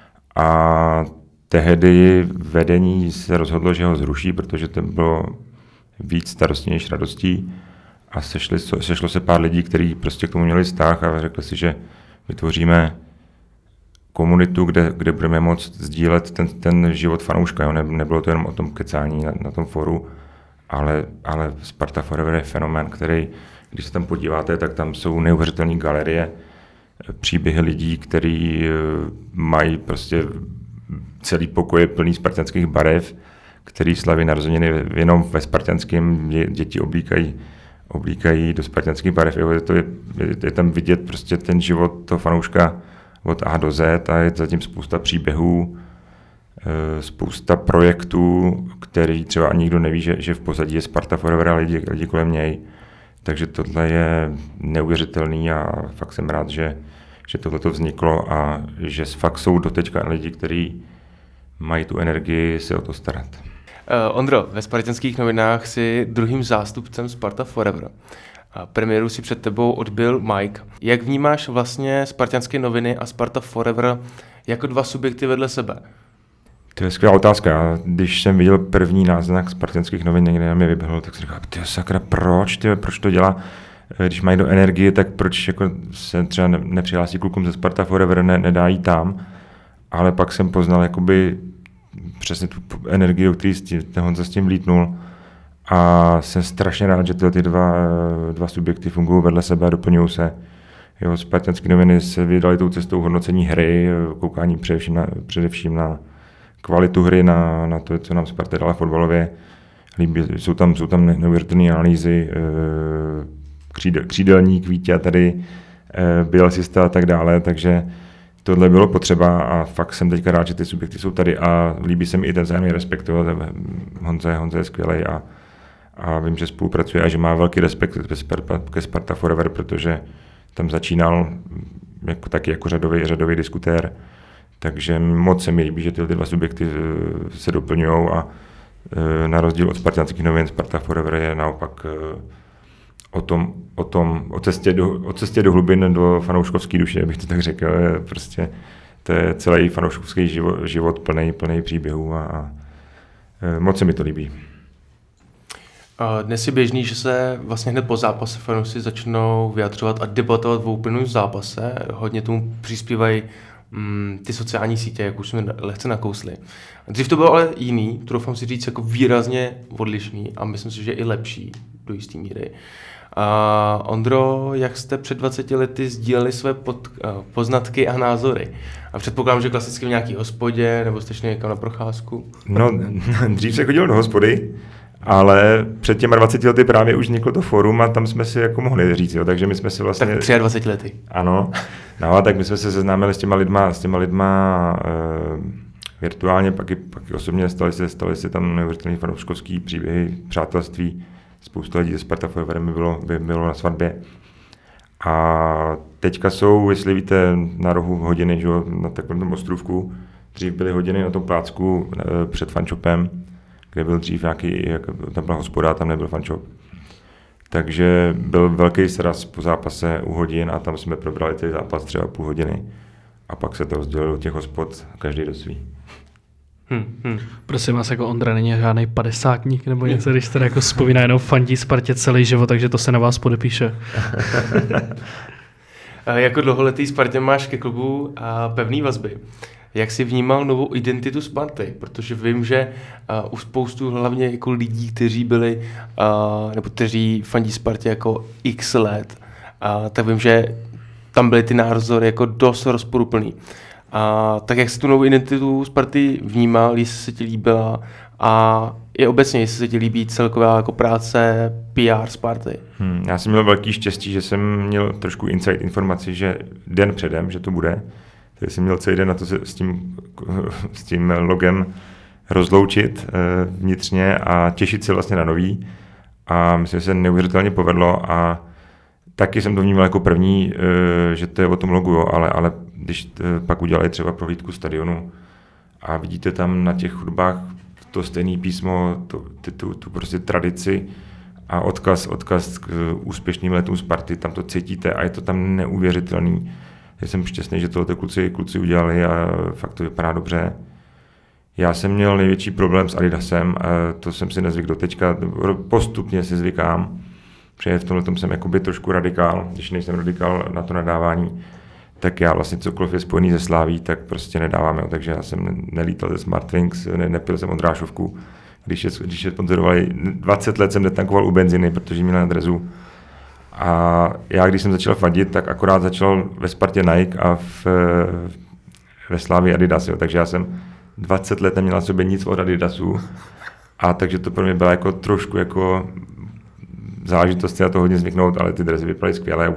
a tehdy vedení se rozhodlo, že ho zruší, protože to bylo víc starostí než radostí a sešlo se pár lidí, kteří prostě k tomu měli vztah a řekli si, že vytvoříme komunitu, kde budeme moct sdílet ten život fanouška. Jo? Nebylo to jenom o tom kecání na tom foru, ale Sparta Forever je fenomén, který, když se tam podíváte, tak tam jsou neuvěřitelné galerie, příběhy lidí, kteří mají prostě celý pokoje plný spartanských barev, který slaví narozeniny jenom ve spartanském, děti oblíkají do spartanských barev. Je tam vidět prostě ten život toho fanouška od A do Z a je zatím spousta příběhů, spousta projektů, který třeba ani nikdo neví, že v pozadí je Sparta Forever a lidi kolem něj. Takže tohle je neuvěřitelný a fakt jsem rád, že tohleto vzniklo a že fakt jsou doteďka lidi, kteří mají tu energii se o to starat. Ondro, ve Spartanských novinách si druhým zástupcem Sparta Forever. Premiéru si před tebou odbyl Mike. Jak vnímáš vlastně Spartanské noviny a Sparta Forever jako dva subjekty vedle sebe? To je skvělá otázka. Když jsem viděl první náznak Spartanských novin, někde na mě vyběhl, tak jsem říkal, sakra, proč to dělá? Když mají do energie, tak proč jako se třeba nepřihlásí klukům ze Sparta Forever, nedá jí tam. Ale pak jsem poznal jakoby přesně tu energii, do který ten Honza s tím vlítnul. A jsem strašně rád, že ty dva subjekty fungují vedle sebe a doplňují se. Jo, Spartanské noviny se vydali tou cestou hodnocení hry, koukání především na kvalitu hry, na to, co nám Sparta dala fotbalově. Jsou tam neuvěřitelné analýzy, křídelník, Vítě tady, Bělsista a tak dále, takže tohle bylo potřeba a fakt jsem teďka rád, že ty subjekty jsou tady a líbí se mi i ten vzájemný respekt. Honza je skvělej a vím, že spolupracuje a že má velký respekt ke Sparta Forever, protože tam začínal jako řadový diskutér, takže moc se mi líbí, že ty dva subjekty se doplňují a na rozdíl od Spartanských novin Sparta Forever je naopak o cestě do hlubin do fanouškovské duše, bych to tak řekl. Prostě to je celý fanouškovský život plný příběhů a moc se mi to líbí. Dnes je běžný, že se vlastně hned po zápase fanoušci začnou vyjadřovat a debatovat o uplynulém zápase. Hodně tomu přispívají ty sociální sítě, jak už jsme lehce nakousli. Dřív to bylo ale jiný, troufám si říct, jako výrazně odlišný a myslím si, že i lepší do jisté míry. Ondro, jak jste před 20 lety sdíleli své poznatky a názory? A předpokládám, že klasicky v nějaký hospodě, nebo jste šli někam na procházku? No, dřív se chodilo do hospody, ale před těma 20 lety právě už vzniklo to forum a tam jsme si jako mohli říct, jo, takže my jsme si vlastně... Tak 23 lety. Ano, no a tak my jsme se seznámili s těma lidma virtuálně, pak i osobně staly se tam neuvěřitelné fanouškovský příběhy, přátelství, spousta lidí ze Sparta Forever by bylo na svatbě. A teďka jsou, jestli víte, na rohu hodiny, že, na takovém ostrůvku, dřív byly hodiny na tom plácku před fanshopem, kde byl dřív tam byla hospoda, tam nebyl fanshop. Takže byl velký sraz po zápase u hodin a tam jsme probrali ten zápas třeba půl hodiny. A pak se to rozdělilo do těch hospod, každý do svý. Prosím vás, jako Ondra není žádnej padesátník nebo něco, když jste jako vzpomíná jenom fandí Spartě celý život, takže to se na vás podepíše. Jako dlouholetý Spartě máš ke klubu a pevný vazby. Jak jsi vnímal novou identitu Sparty? Protože vím, že u spoustu hlavně jako lidí, kteří byli, nebo kteří fandí Spartě jako x let, tak vím, že tam byly ty názory jako dost rozporuplný. Tak jak jsi tu novou identitu Sparty vnímal, jestli se ti líbila a je obecně, jestli se ti líbí celková jako práce PR Sparty. Já jsem měl velký štěstí, že jsem měl trošku inside informaci, že den předem, že to bude. Takže jsem měl celý den na to se s tím logem rozloučit vnitřně a těšit se vlastně na nový. A myslím, že se neuvěřitelně povedlo a taky jsem to vnímal jako první, že to je o tom logu, jo, ale když pak udělali třeba prohlídku stadionu a vidíte tam na těch hudbách to stejné písmo, tu prostě tradici a odkaz k úspěšným letům Sparty, tam to cítíte a je to tam neuvěřitelný. Já jsem šťastný, že tohle kluci udělali a fakt to vypadá dobře. Já jsem měl největší problém s Adidasem, to jsem si nezvyk do teďka, postupně si zvykám, protože v tomhle jsem jakoby trošku radikál, když nejsem radikál na to nadávání, tak já vlastně cokoliv je spojený se Slaví, tak prostě nedávám, jo. Takže já jsem nelítal ze Smartwings, nepil jsem Ondrášovku, když je sponzorovali, 20 let jsem netankoval u benziny, protože měl na drezu. A já, když jsem začal fandit, tak akorát začal ve Spartě Nike a ve Slávii Adidas, jo. Takže já jsem 20 let neměl na sobě nic od Adidasu a takže to pro mě byla jako trošku jako záležitost na to hodně zvyknout, ale ty dresy vypadaly skvěle,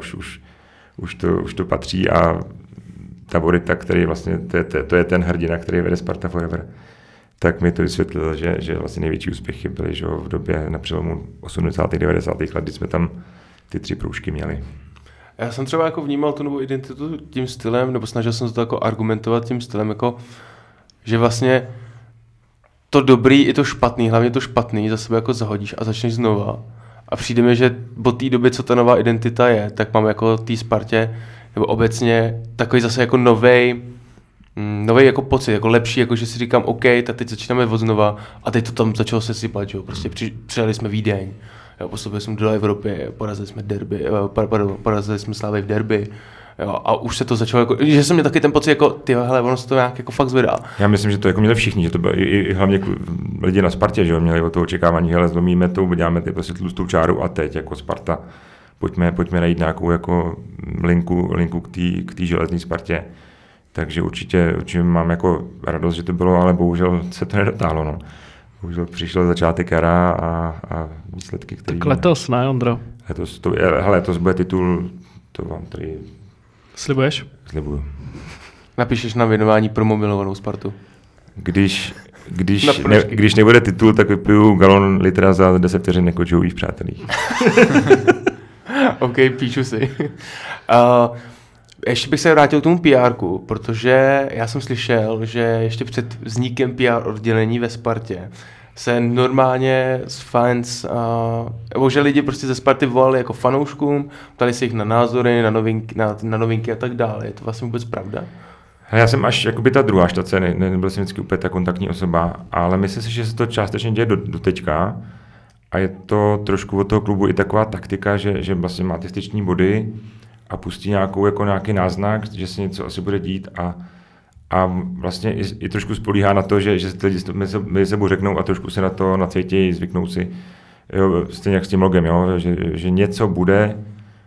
už to patří a Taborita, který vlastně, to je ten hrdina, který vede Sparta Forever, tak mi to vysvětlil, že vlastně největší úspěchy byly že v době na přelomu 80. 90. let, kdy jsme tam ty 3 proužky měli. Já jsem třeba jako vnímal tu novou identitu tím stylem, nebo snažil jsem se to jako argumentovat tím stylem, jako že vlastně to dobrý i to špatný, hlavně to špatný za sebe jako zahodíš a začneš znova. A přijde mi, že od té doby, co ta nová identita je, tak mám jako té Spartě, nebo obecně takový zase jako novej jako pocit, jako lepší, jako že si říkám, OK, tak teď začínáme od znova a teď to tam začalo se sypat, že jo, prostě přijeli jsme Vídeň, jo, postoupili jsme do Evropy, porazili jsme Slávy v derby, jo, a už se to začalo, jako, že jsem měl taky ten pocit, jako, hele, ono se to nějak jako fakt zvedá. Já myslím, že to jako měli všichni, že to bylo i hlavně lidi na Spartě, že jo, měli o toho očekávání, hele, zlomíme to, uděláme ty prostě tlustou čáru a teď jako Sparta, pojďme najít nějakou jako linku k té železné Spartě. Takže určitě mám jako radost, že to bylo, ale bohužel se to nedotáhlo, no. Bohužel přišel začátek jara a výsledky, které... Tak letos, ne, Ondro? Letos bude titul, to vám tady... Slibuješ? Slibuju. Napíšeš na věnování pro milovanou Spartu. Když nebude titul, tak vypiju galon litra za 10 vteřin jako Joey's přátelích. OK, píšu si. Ještě bych se vrátil k tomu PR-ku, protože já jsem slyšel, že ještě před vznikem PR oddělení ve Spartě se normálně z fans, nebo že lidi prostě ze Sparty volali jako fanouškům, ptali se jich na názory, na novinky a tak dále. Je to vlastně vůbec pravda? Já jsem až jakoby ta druhá štace, nebyl jsem vždycky úplně ta kontaktní osoba, ale myslím si, že se to částečně děje do teďka a je to trošku od toho klubu i taková taktika, že vlastně má ty styční body a pustí nějaký náznak, že se něco asi bude dít a vlastně i trošku spolíhá na to, že ty lidi mezi sebou řeknou a trošku se na to nacvětějí, zvyknou si, jo, stejně jak s tím logem, jo, že něco bude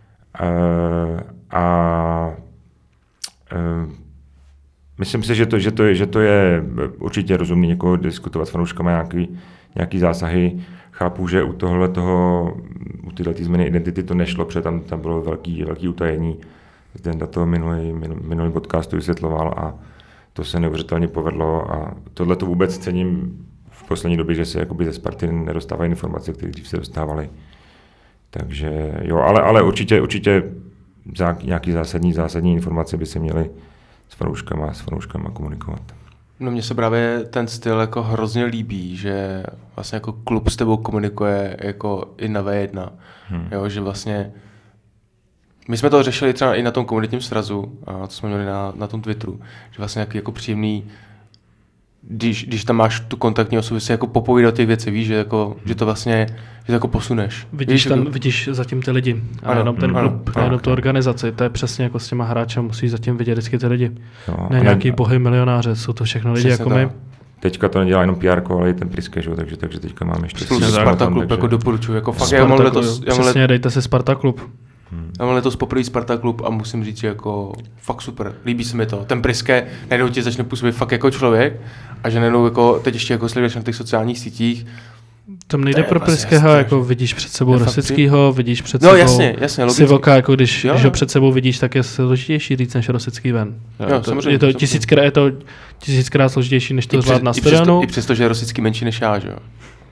myslím si, že to je určitě rozumný jako diskutovat s fanouškama nějaký zásahy. Chápu, že u této změny identity to nešlo, protože tam bylo velký utajení. Ten to minulý podcastu vysvětloval a to se neuvěřitelně povedlo a tohle to vůbec cením v poslední době, že se jakoby ze Sparty nedostávají informace, které dřív se dostávaly. Takže jo, ale určitě nějaký zásadní informace by se měly s fanouškama komunikovat. No mně se právě ten styl jako hrozně líbí, že vlastně jako klub s tebou komunikuje jako i na V1. Jo, že vlastně my jsme to řešili třeba i na tom komunitním srazu, a to jsme měli na tom Twitteru, že vlastně jako příjemný, když tam máš tu kontaktní osobu, si jako popovídat o těch věcí, víš, že to vlastně, že to jako posuneš. Vidíš zatím ty lidi, a jenom ten klub, jenom tu organizaci, to je přesně jako s těma hráči, musíš zatím vidět vždycky ty lidi. Jo, ne nějaký bohy milionáře, jsou to všechno lidi jako my. Teďka to nedělá jenom PR, ale i ten Priske, takže teďka máme ještě... Sparta klub, takže... jako doporučuji, jako fakt, přesně, dejte si Sparta klub. Já mám letos poprvé Sparta klub a musím říct, že jako fakt super, líbí se mi to. Ten Priske najednou ti začne působit fakt jako člověk a že nejednou jako, teď ještě jako sleduješ na těch sociálních sítích. Tam nejde pro vlastně Pryského, jako vidíš před sebou Rosickýho, vidíš před no, sebou jasně, Sivoka, jako když ho před sebou vidíš, tak je složitější říct než Rosický ven. Je to tisíckrát složitější, než to zvládat na stadionu. I přesto, že je Rosický menší než já, že jo?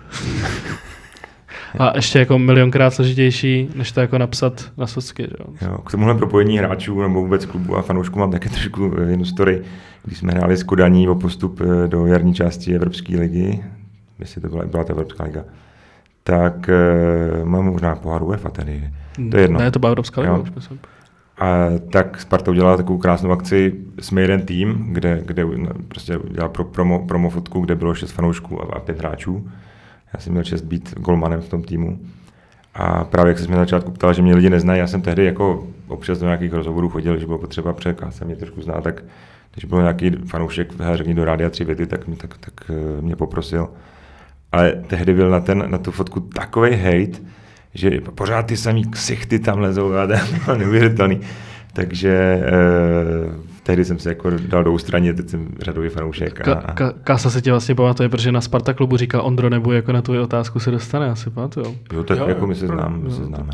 A ještě jako milionkrát složitější, než to jako napsat na socky, jo. K tomuhle propojení hráčů nebo vůbec klubu a fanoušků mám také trošku jednu story, když jsme hráli s Kodaní o postup do jarní části Evropské ligy, jestli to byla ta Evropská liga, tak mám možná pohár UEFA tady. To je jedno. Ne, to byla Evropská liga, už myslím. A tak Sparta udělala takovou krásnou akci, jsme jeden tým, kde prostě udělala promo fotku, kde bylo 6 fanoušků a 5 hráčů. Já jsem měl čest být golmanem v tom týmu. A právě jak se mě na začátku ptal, že mě lidi neznají, já jsem tehdy jako občas do nějakých rozhovorů chodil, že bylo potřeba překázat, mě trošku zná, tak když byl nějaký fanoušek, řekni do Rádia 3 věty, tak mě poprosil. Ale tehdy byl na tu fotku takovej hejt, že pořád ty samý ksichty tam lezou a neuvěřitelný. Takže tehdy jsem se jako dal do ústraní, teď jsem řadový fanoušek. Kasa se tě vlastně pamatuje, protože na Sparta klubu říkal Ondro, nebo jako na tu otázku se dostane, asi pamatujou. Jo, tak jako my se známe.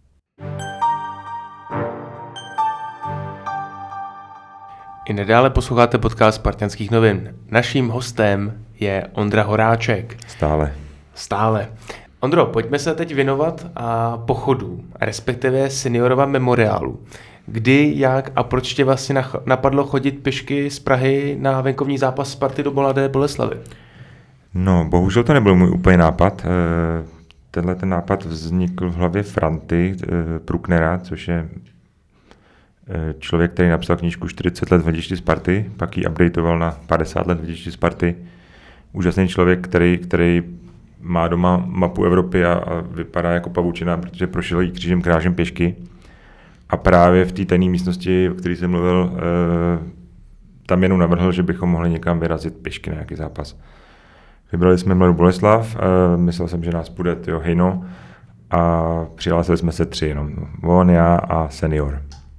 I nadále posloucháte podcast Spartanských novin. Naším hostem je Ondra Horáček. Stále. Ondro, pojďme se teď věnovat pochodu, respektive seniorova memoriálu. Kdy, jak a proč tě vlastně napadlo chodit pěšky z Prahy na venkovní zápas Sparty do Mladé Boleslavi? No, bohužel to nebyl můj úplně nápad. Tenhle ten nápad vznikl v hlavě Franty Pruknera, což je člověk, který napsal knížku 40 let v hledišti Sparty, pak ji updateoval na 50 let v hledišti Sparty. Úžasný člověk, který má doma mapu Evropy a vypadá jako pavučina, protože prošel jí křížem krážem pěšky. A právě v té tajné místnosti, o které jsem mluvil, tam jenom navrhl, že bychom mohli někam vyrazit pěšky na nějaký zápas. Vybrali jsme Mladou Boleslav, myslel jsem, že nás půjde Hejno a přihlásili jsme se 3 jenom. On, já a senior.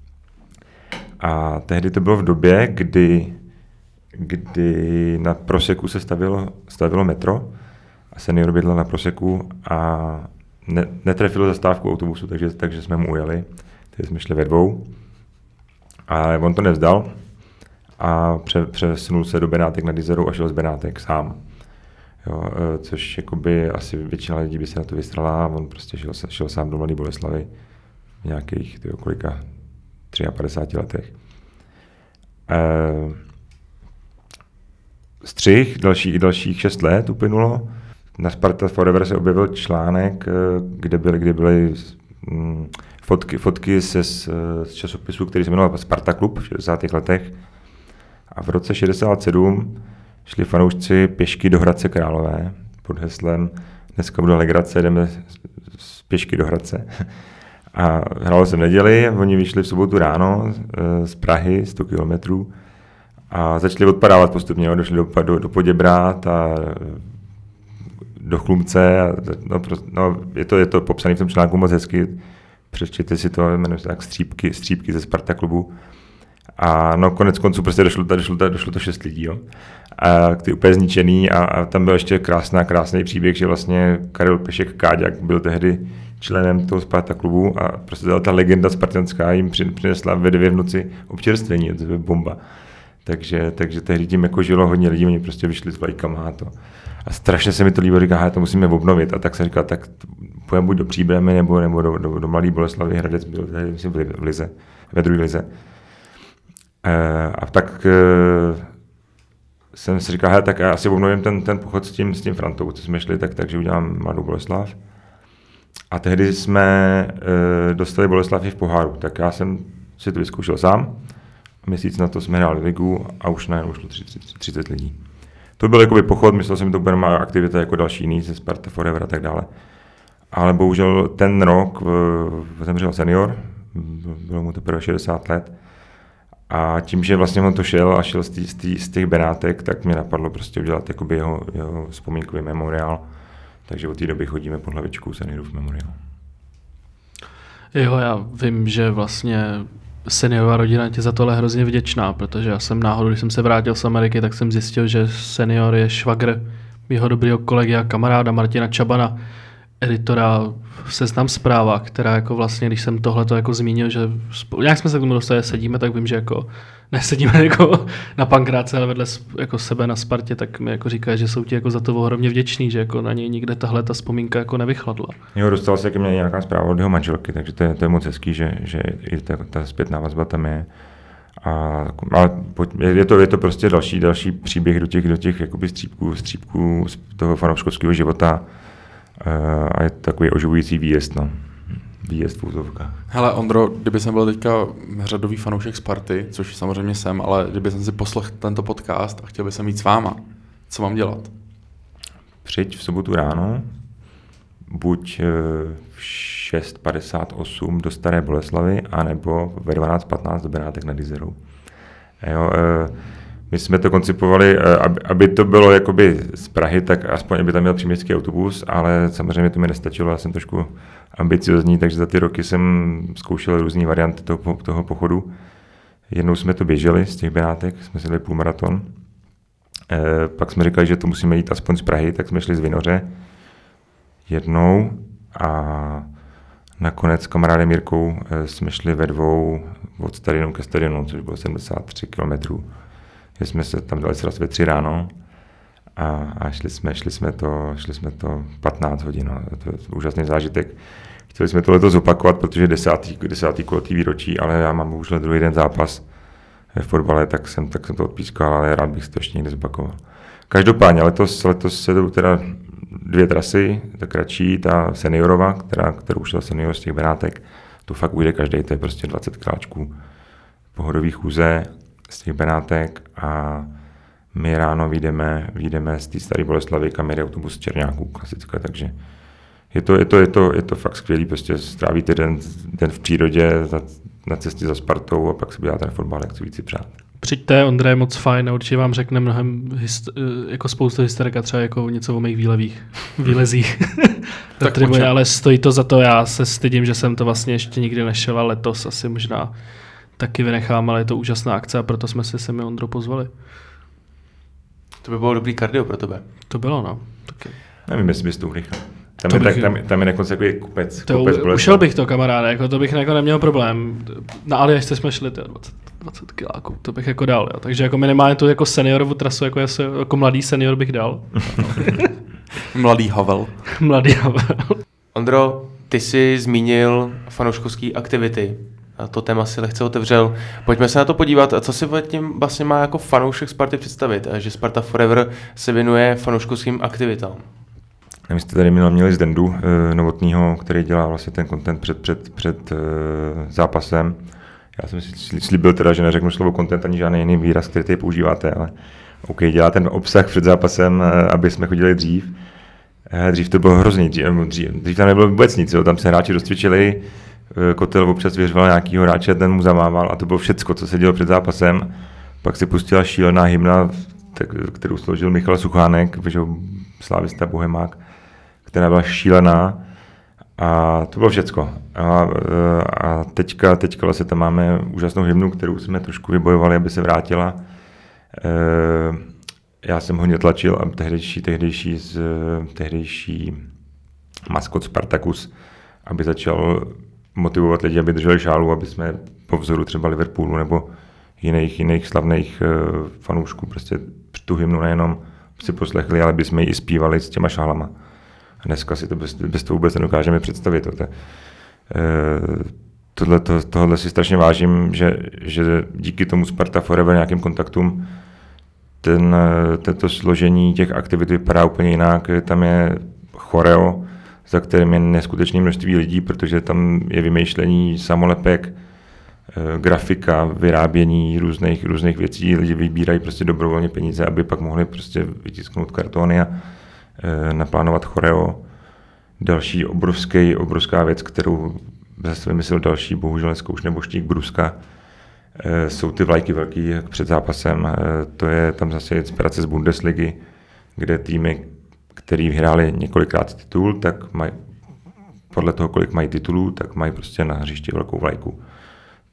A tehdy to bylo v době, kdy na Proseku se stavilo metro a senior bydlel na Proseku a netrefilo zastávku autobusu, takže jsme mu ujeli. Tedy jsme šli ve 2. Ale on to nevzdal a přesunul se do Benátek nad Izeru a šel z Benátek sám. Jo, což jakoby asi většina lidí by se na to vystrala a on prostě šel sám do Mladé Boleslavy v nějakých kolika 53 letech. Střih, dalších 6 let uplynulo. Na Sparta Forever se objevil článek, kde byly fotky z časopisu, který se jmenoval Sparta Klub v 60. letech. A v roce 67 šli fanoušci pěšky do Hradce Králové pod heslem dneska bude legrace, jdeme z pěšky do Hradce. A hrálo se v neděli, oni vyšli v sobotu ráno z Prahy, 100 kilometrů a začali odpadávat postupně, došli do Poděbrad a do Chlumce. A, je to popsané v tom článku moc hezky, přečtěte si to, jmenuje se tak Střípky ze Sparta klubu. A no konec konců prostě došlo to 6 lidí, jo. A ty úplně zničený a tam byl ještě krásný příběh, že vlastně Karel Pešek Káďak byl tehdy členem toho Sparta klubu a prostě ta legenda spartanská jim přinesla ve 2 v noci občerstvení, to je bomba. Takže tehdy tím jako žilo hodně lidí, oni prostě vyšli s vlajkama a to. A strašně se mi to líbilo, říká, to musíme obnovit. A tak se říká, tak půjdeme buď do Příbramy nebo do Mladé Boleslavy, Hradec byl tehdy, myslím, v lize, ve 2. lize. A tak jsem si říkal, tak já asi obnovím ten pochod s tím Frantou, co jsme šli, takže udělám Mladou Boleslav. A tehdy jsme dostali Boleslav i v poháru, tak já jsem si to vyzkoušel sám. Měsíc na to jsme hráli ligu a už najednou šlo 30 lidí. To byl jakoby pochod, myslel jsem, že to bude má aktivita jako další jiný ze Sparta Forever a tak dále. Ale bohužel ten rok zemřel senior, bylo mu teprve 60 let. A tím, že vlastně on to šel z těch Benátek, tak mě napadlo prostě udělat jakoby jeho vzpomínkový memoriál. Takže od té doby chodíme pod hlavičkou seniorův memoriál. Jo, já vím, že vlastně seniorová rodina tě za tohle hrozně vděčná, protože já jsem náhodou, když jsem se vrátil z Ameriky, tak jsem zjistil, že senior je švagr mýho dobrýho kolegy a kamaráda Martina Čabana, editora Seznam Zpráva, která jako vlastně, když jsem tohleto jako zmínil, že nějak jsme se k tomu dostali, sedíme, tak vím, že jako nesedíme jako na Pankráce, ale vedle jako sebe na Spartě, tak mi jako říká, že jsou ti jako za to ohromně vděční, že jako na něj nikde tahle ta vzpomínka jako nevychladla. Jo, dostala se ke mně nějaká zpráva od jeho manželky, takže to je moc hezký, že i ta zpětná vazba tam je. A je to prostě další příběh do těch jakoby střípků z toho fanouškovského života. A je to takový oživující výjezd, no. Výjezd v úzovkách. Hele, Ondro, kdyby jsem byl teďka řadový fanoušek Sparty, což samozřejmě jsem, ale kdyby jsem si poslechl tento podcast a chtěl bych jsem jít s váma, co mám dělat? Přijď v sobotu ráno, buď v 6:58 do Staré Boleslavy, anebo ve 12:15 do Benátek nad Jizerou. Jo, my jsme to koncipovali, aby to bylo jakoby z Prahy, tak aspoň aby tam měl příměstský autobus, ale samozřejmě to mi nestačilo, já jsem trošku ambiciozní, takže za ty roky jsem zkoušel různý varianty toho pochodu. Jednou jsme to běželi z těch Benátek, jsme si dali půlmaraton. Pak jsme říkali, že to musíme jít aspoň z Prahy, tak jsme šli z Vinoře jednou a nakonec s kamarádem Jirkou jsme šli ve dvou od stadionu ke stadionu, což bylo 73 kilometrů. Že jsme se tam dali sraz ve 3 ráno a šli jsme to 15 hodin. No. To je úžasný zážitek. Chtěli jsme to letos zopakovat, protože 10. kulatý výročí, ale já mám už druhý den zápas v fotbale, tak jsem to odpískal, ale rád bych si to ještě někdy zopakoval. Každopádně letos se jdou teda 2 trasy, ta kratší, ta seniorová, kterou šel senior z těch Benátek, tu fakt ujde každý, to je prostě 20 kráčků pohodový chůze z těch Benátek a my ráno vyjdeme z té Staré Boleslavy, kam jede autobus z Černáků, klasická, takže je to fakt skvělý, prostě strávíte den v přírodě na cestě za Spartou a pak se dělá ten fotbal, jak chci víc si přát. Přijďte, Ondra je moc fajn a určitě vám řekne mnohem jako spoustu historika, třeba jako něco o mých výlezích. Tak ale stojí to za to, já se stydím, že jsem to vlastně ještě nikdy nešel a letos asi možná taky vynechám, ale je to úžasná akce a proto jsme si sami Ondru pozvali. To by bylo dobrý kardio pro tebe. To bylo, no. Taky. Nevím, jestli bys to urychlil. Tam je dokonce takový kopec. Ušel bych to, kamaráde, jako to bych jako neměl problém. Na Aljašce jsme šli 20 kiláků, to bych jako dal. Jo. Takže jako minimálně tu jako seniorovou trasu, jako mladý senior bych dal. Mladý Havel. Ondro, ty jsi zmínil fanouškovské aktivity. A to téma si lehce otevřel. Pojďme se na to podívat. A co si tím vlastně má jako fanoušek Sparty představit? Že Sparta Forever se věnuje fanouškovským aktivitám. My jste tady měli Zdendu Novotnýho, který dělá vlastně ten content před zápasem. Já jsem si slíbil teda, že neřeknu slovo content ani žádný jiný výraz, který tady používáte, ale OK, dělá ten obsah před zápasem, aby jsme chodili dřív. Dřív to bylo hrozný, dřív tam nebylo vůbec nic, jo. Tam se hráči rozcvičili, Kotel občas věřoval nějakýho hráče, ten mu zamával a to bylo všecko, co se dělo před zápasem. Pak se pustila šílená hymna, kterou složil Michal Suchánek, slávista bohemák, která byla šílená a to bylo všecko. A teďka vlastně tam máme úžasnou hymnu, kterou jsme trošku vybojovali, aby se vrátila. Já jsem hodně tlačil a tehdejší maskot Spartacus, aby začal motivovat lidi, aby drželi šálu, aby jsme po vzoru třeba Liverpoolu nebo jiných slavných fanoušků prostě tu hymnu nejenom si poslechli, ale by jsme ji i zpívali s těma šálama. A dneska si to bez toho vůbec nedokážeme představit. Tohle si strašně vážím, že díky tomu Sparta Forever nějakým kontaktům tento složení těch aktivit vypadá úplně jinak. Tam je choreo, za kterým je neskutečné množství lidí, protože tam je vymýšlení samolepek, grafika, vyrábění různých věcí. Lidi vybírají prostě dobrovolně peníze, aby pak mohli prostě vytisknout kartony a naplánovat choreo. Další obrovská věc, kterou zase vymyslel další, bohužel neskouš nebo Štík Bruska, jsou ty vlajky velký před zápasem. To je tam zase inspirace z Bundesligy, kde týmy, který vyhráli několikrát titul, tak mají podle toho, kolik mají titulů, tak mají prostě na hřišti velkou vlajku.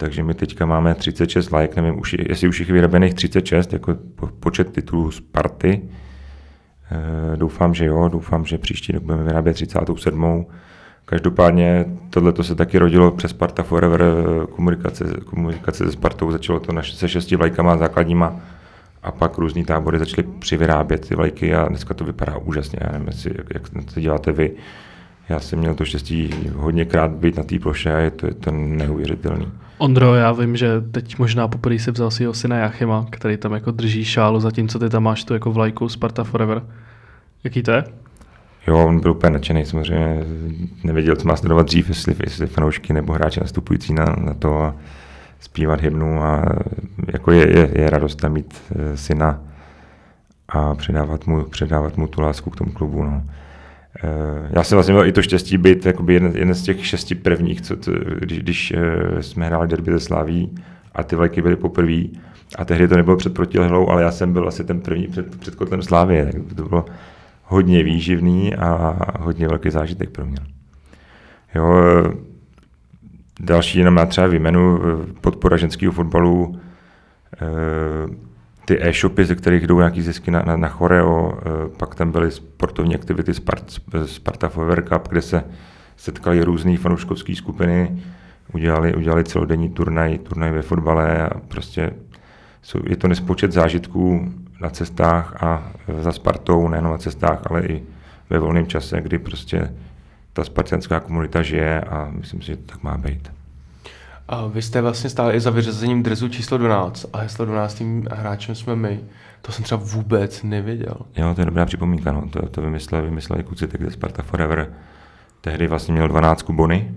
takže my teďka máme 36 vlajek, nevím, jestli už jich je vyrobených 36, jako počet titulů Sparty. Doufám, že jo, doufám, že příští rok budeme vyrábět 37. Každopádně tohleto se taky rodilo přes Sparta Forever, komunikace se Spartou, začalo to se 6 vlajkama základníma a pak různý tábory začaly přivyrábět ty vlajky a dneska to vypadá úžasně. Já nevím, jak na to děláte vy. Já jsem měl to štěstí hodněkrát být na té ploše a je to neuvěřitelný. Ondro, já vím, že teď možná poprvé si vzal svého syna Jachima, který tam jako drží šálu, zatímco ty tam máš tu jako vlajku Sparta Forever. Jaký to je? Jo, on byl úplně nadšený, samozřejmě nevěděl, co má sledovat dřív, jestli fanoušky nebo hráči nastupující na to a zpívat hymnu a jako je radost tam mít syna a předávat mu tu lásku k tomu klubu. No. Já jsem vlastně měl i to štěstí být jeden z těch 6 prvních, když jsme hráli derby ze Slaví a ty vlajky byly poprvé a tehdy to nebylo před Protilehlou, ale já jsem byl vlastně ten první před kotlem Slávie, tak to bylo hodně výživný a hodně velký zážitek pro mě. Jo, další jenom já třeba vyjmenu podpora ženského fotbalu, ty e-shopy, ze kterých jdou nějaký zisky na choreo, pak tam byly sportovní aktivity Sparta Forever Cup, kde se setkali různý fanouškovské skupiny, udělali celodenní turnaj ve fotbale a prostě je to nespočet zážitků na cestách a za Spartou, nejenom na cestách, ale i ve volném čase, kdy prostě ta spartianská komunita žije a myslím si, že to tak má být. A vy jste vlastně stáli i za vyřazením dresu číslo 12 a heslo 12. hráčem jsme my. To jsem třeba vůbec nevěděl. Jo, to je dobrá připomínka, no. To vymysleli kluci tak ze Sparta Forever. Tehdy vlastně měl 12 Bony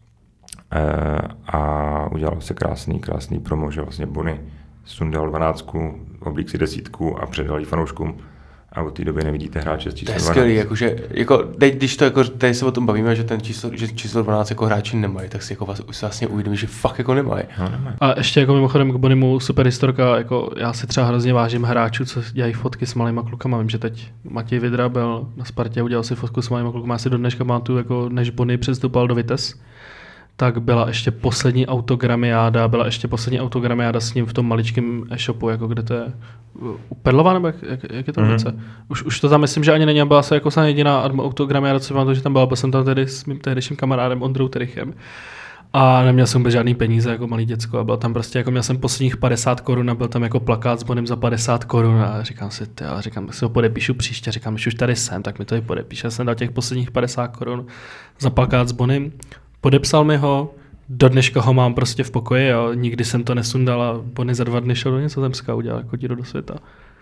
a udělal se krásný promo, že vlastně Bony sundal 12, oblík si 10 a předal ji fanouškům. A od té doby nevidíte hráče s číslem 12. To je skvělý, když to jako, tady se o tom bavíme, že číslo 12 jako hráči nemají, tak si jako vlastně uvědomí, že fakt jako nemají. No, nemají. A ještě jako mimochodem k Bonimu super historka, jako já si třeba hrozně vážím hráčů, co dělají fotky s malýma klukama. Vím, že teď Matěj Vidra byl na Spartě, udělal si fotku s malýma klukama, já si do dneška pamatuju, jako než Bony přestoupal do Vitesse, tak byla ještě poslední autogramiáda s ním v tom maličkém e-shopu, jako kde to je u Perlova, nebo jak je to věce? Už to tam myslím, že ani není, byla se jako jediná autogramiáda, co vám že tam byla, byl jsem tam tedy s mým tehdejším kamarádem Ondrou Terichem a neměl jsem vůbec žádný peníze jako malý děcko a byl tam prostě, jako měl jsem posledních 50 korun a byl tam jako plakát s Bonem za 50 korun a říkám si, si ho podepíšu příště, říkám, když už tady jsem, tak mi to i podepíš. Já jsem dal těch posledních 50 korun za plakát s Bonem. Podepsal mi ho, do dneška ho mám prostě v pokoji a nikdy jsem to nesundal a Bony za 2 dny šel do Nizozemska, udělal jako díru do světa.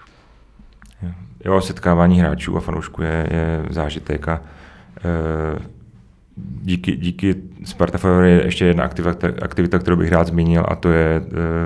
Jo, setkávání hráčů a fanoušků je zážitek a díky Sparta Forever je ještě jedna aktivita, kterou bych rád zmínil a to je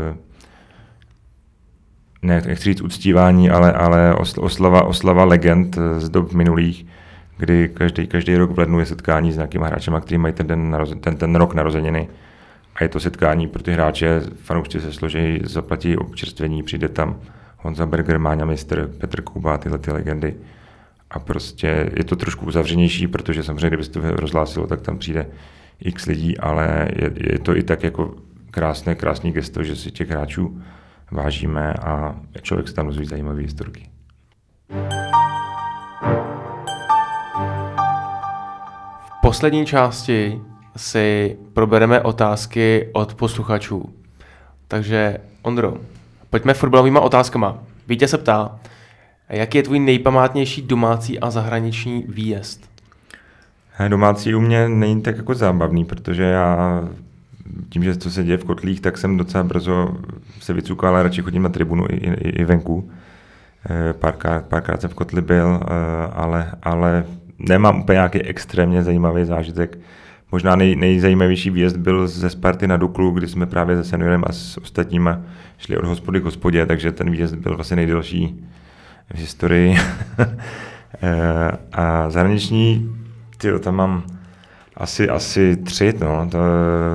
nechci říct uctívání, ale oslava legend z dob minulých, kdy každý rok v lednu je setkání s nějakými hráčemi, kteří mají ten rok narozeniny. A je to setkání pro ty hráče, fanoušci se složí, zaplatí občerstvení, přijde tam Honza Berger, Máňa Mistr, Petr Kouba, tyhle ty legendy. A prostě je to trošku uzavřenější, protože samozřejmě, kdyby se to rozhlásilo, tak tam přijde x lidí, ale je to i tak jako krásný gesto, že si těch hráčů vážíme a člověk se tam dozví zajímavé historky. V poslední části si probereme otázky od posluchačů. Takže Ondro, pojďme fotbalovýma otázkama. Vítě se ptá, jaký je tvůj nejpamátnější domácí a zahraniční výjezd? Domácí u mě není tak jako zábavný, protože já tím, že to se děje v kotlích, tak jsem docela brzo se vycukal, ale radši chodím na tribunu i venku. Párkrát jsem v kotli byl, ale nemám úplně nějaký extrémně zajímavý zážitek. Možná nejzajímavější výjezd byl ze Sparty na Duklu, kdy jsme právě se seniorem a s ostatníma šli od hospody k hospodě, takže ten výjezd byl vlastně nejdelší v historii. A zahraniční, tam mám asi 3, no. To,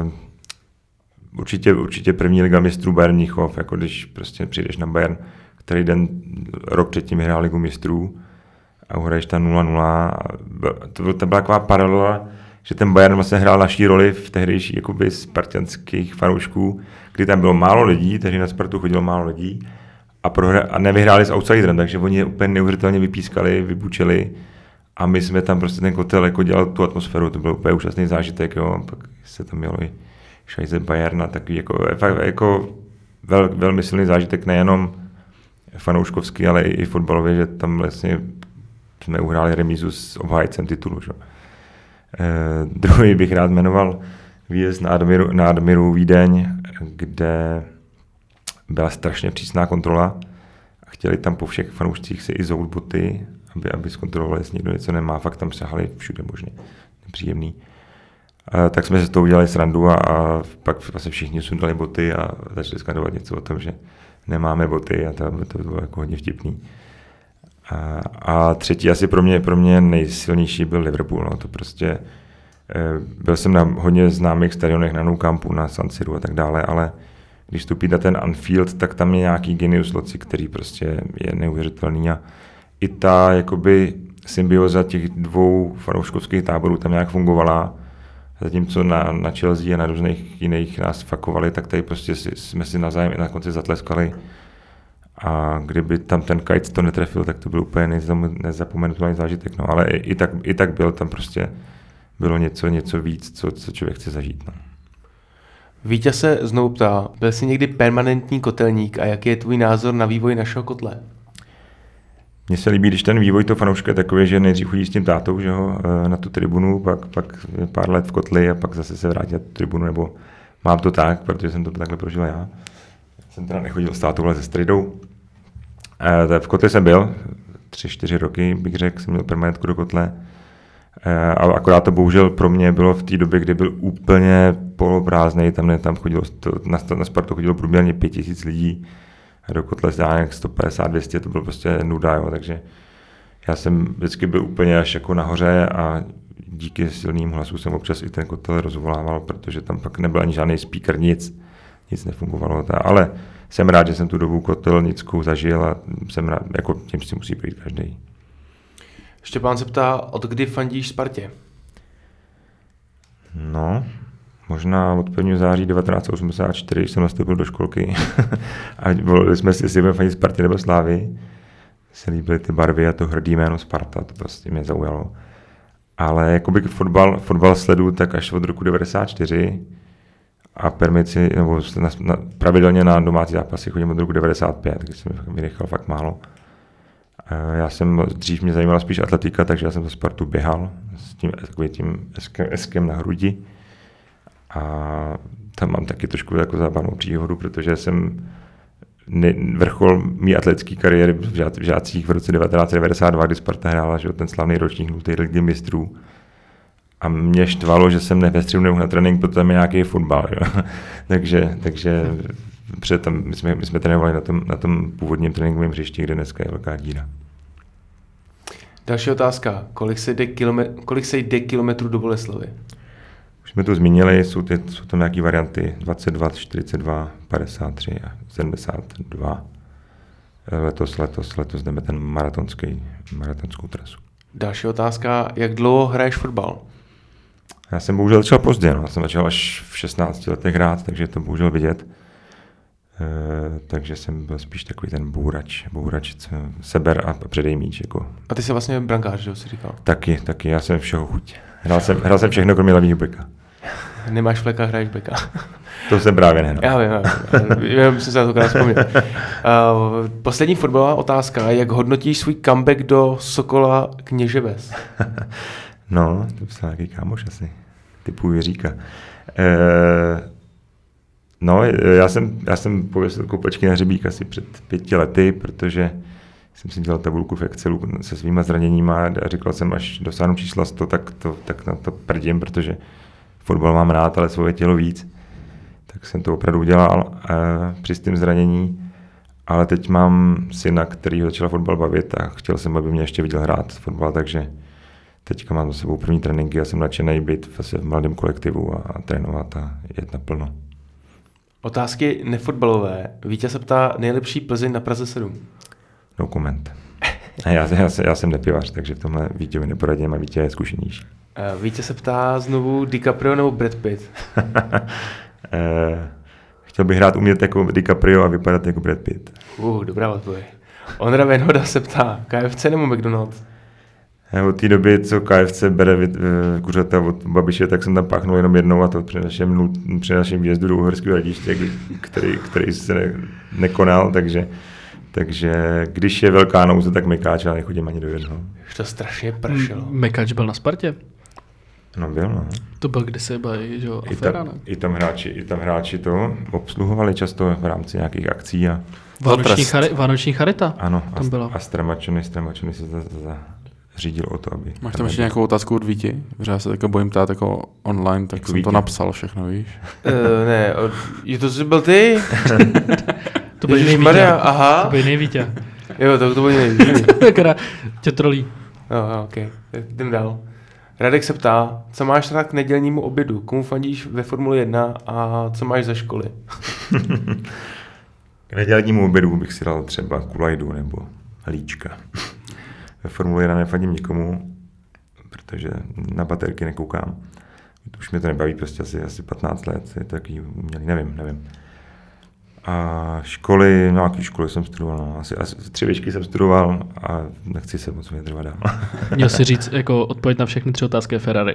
určitě první liga mistrů Bayern Mnichov, jako když prostě přijdeš na Bayern, který rok předtím hrál ligu mistrů a uhraješ tam 0-0. To byla taková paralela, že ten Bayern vlastně hrál naší roli v tehdejší jakoby spartanských fanoušků, kdy tam bylo málo lidí, tehdy na Spartu chodilo málo lidí a nevyhráli s outsiderem, takže oni je úplně neuvěřitelně vypískali, vybučili a my jsme tam prostě ten kotel jako dělal tu atmosféru, to byl úplně úžasný zážitek, jo, pak se tam mělo i Scheiße Bayern a takový jako velmi silný zážitek nejenom fanouškovský, ale i fotbalově, že tam vlastně jsme uhráli remízu s obhájcem titulu. Že? Druhý bych rád jmenoval výjezd na Admiru Vídeň, kde byla strašně přísná kontrola a chtěli tam po všech fanoušcích si i zout boty, aby zkontrolovali, jestli někdo něco nemá. Fakt tam sahali všude možně. Nepříjemný. Tak jsme se to udělali srandu a pak vlastně všichni sundali boty a začali skandovat něco o tom, že nemáme boty a to bylo jako hodně vtipný. A třetí asi pro mě nejsilnější byl Liverpool. No. To prostě, byl jsem na hodně známých stadionech na Nou Campu, na San Siru a tak dále, ale když vstupí na ten Anfield, tak tam je nějaký genius loci, který prostě je neuvěřitelný a i ta jakoby symbioza těch dvou fanouškovských táborů tam nějak fungovala. Zatímco na Chelsea a na různých jiných nás fakovali, tak tady prostě jsme si navzájem i na konci zatleskali. A kdyby tam ten Kajc to netrefil, tak to byl úplně nezapomenutelný zážitek. No. Ale i tak byl tam prostě bylo něco víc, co člověk chce zažít. No. Vítě se znovu ptá, byl jsi někdy permanentní kotelník a jaký je tvůj názor na vývoj našeho kotle? Mně se líbí, když ten vývoj toho fanouška je takový, že nejdřív chodí s tím tátou, že ho, na tu tribunu, pak pár let v kotli a pak zase se vrátí na tu tribunu, nebo mám to tak, protože jsem to takhle prožil já. Jsem teda nechodil s tátou, ale se stridou. V kotli jsem byl, 3-4 roky bych řekl, jsem měl permanentku do kotle. A akorát to bohužel pro mě bylo v té době, kdy byl úplně poloprázdnej, tam chodilo, na Spartu chodilo průměrně 5000 lidí, a do kotle nějak 150-200, to bylo prostě nuda, jo, takže já jsem vždycky byl úplně až jako nahoře a díky silným hlasu jsem občas i ten kotel rozvolával, protože tam pak nebyl ani žádný speaker, nic nefungovalo. Ale jsem rád, že jsem tu dobu kotelnickou zažil a jsem rád, jako tím si musí projít každý. Štěpán se ptá, od kdy fandíš Spartě? No, možná od 1. září 1984, když jsem nastoupil do školky a volili jsme si, jestli budeme fandit Spartě nebo Slávy. Se líbily ty barvy a to hrdý jméno Sparta, to prostě mě zaujalo. Ale jakoby fotbal sledu tak až od roku 94 a permici, nebo pravidelně na domácí zápasy chodím od roku 95, když jsem vynechal fakt málo. Dřív mě zajímala spíš atletika, takže já jsem za Spartu běhal s tím eskem na hrudi. A tam mám taky trošku jako zábavnou příhodu, protože jsem vrchol mý atletické kariéry v žácích v roce 1992, kdy Sparta hrála, že ten slavný ročník 0. ligy mistrů. A mě štvalo, že jsem ve středu nemohl na trénink, protože tam je nějaký fotbal. takže my jsme trénovali na tom původním tréninkovém hřišti, kde dneska je velká díra. Další otázka. Kolik se jde kilometrů do Boleslavy? Už jsme to zmínili, jsou tam nějaké varianty 22, 42, 53 a 72. Letos jdeme ten maratonskou trasu. Další otázka. Jak dlouho hraješ fotbal? Já jsem bohužel začal pozdě. Já jsem začal až v 16 letech hrát, takže to bohužel vidět. Takže jsem byl spíš takový ten bourač, seber a předej míč. Jako. A ty jsi vlastně brankář, že jsi říkal? Taky, já jsem všeho chuť. Hrál jsem všechno, kromě levýho beka. Nemáš fleka, hraješ beka. To jsem právě nehrál. Já vím, jsem se na to krát vzpomněl. Poslední fotbalová otázka. Jak hodnotíš svůj comeback do Sokola Kněževes? No, to byl nějaký kámoš asi. Typu Jiříka. No, já jsem pověsil koupečky na hřebík asi před 5 lety, protože jsem si dělal tabulku v Excelu se svýma zraněníma a říkal jsem, až dosáhnu čísla 100, tak na to prdím, protože fotbal mám rád, ale svoje tělo víc. Tak jsem to opravdu udělal při tím zranění. Ale teď mám syna, který začal fotbal bavit a chtěl jsem, aby mě ještě viděl hrát fotbal, takže teďka mám za sebou první tréninky a jsem nadšený být v mladém kolektivu a trénovat a jet naplno. Otázky nefotbalové. Vítě se ptá nejlepší Plzeň na Praze 7. No comment. Já jsem nepivař, takže v tomhle Vítěvi neporadím a Vítě je zkušenější. Vítě se ptá znovu DiCaprio nebo Brad Pitt? Chtěl bych hrát umět jako DiCaprio a vypadat jako Brad Pitt. Dobrá odpověď. Ondra Venhoda se ptá, KFC nebo McDonald's? Od té doby, co KFC bere kuřata od Babiše, tak jsem tam páchnul jenom jednou, a to při našem výjezdu do Uherského Hradiště, který se nekonal, takže když je velká nouze, tak mekáč, ale nechodím ani do jednoho. Už to strašně pršelo. Mekáč byl na Spartě? No byl, no. To byl kdysi, že jo, aféra, ne? I tam hráči to obsluhovali často v rámci nějakých akcí a... Vánoční charita? Ano, tam byla. A Stramačony se řídil o to, aby... Máš tam ještě nějakou otázku od Víti? Protože já se také bojím ptát jako online, tak jako jsem Vítě. to napsal všechno, víš? Ne, to jsi byl ty? To byl jiný Vítě. Aha. To byl jiný Vítě. Jo, to byl jiný Vítě. Která tě trolí. Jo, ok. Jdem dál. Radek se ptá, co máš rád k nedělnímu obědu? Komu fandíš ve Formuli 1 a co máš za školy? K nedělnímu obědu bych si dal třeba kulajdu nebo líčka. Ve Formuli 1 nefandím nikomu, protože na baterky nekoukám. Už mě to nebaví prostě asi 15 let, je to takový umělý, nevím. A školy, no jaký školy jsem studoval, no, asi 3 výšky jsem studoval a nechci se moc vyjadřovat dál. Měl si říct jako odpověď na všechny 3 otázky je Ferrari.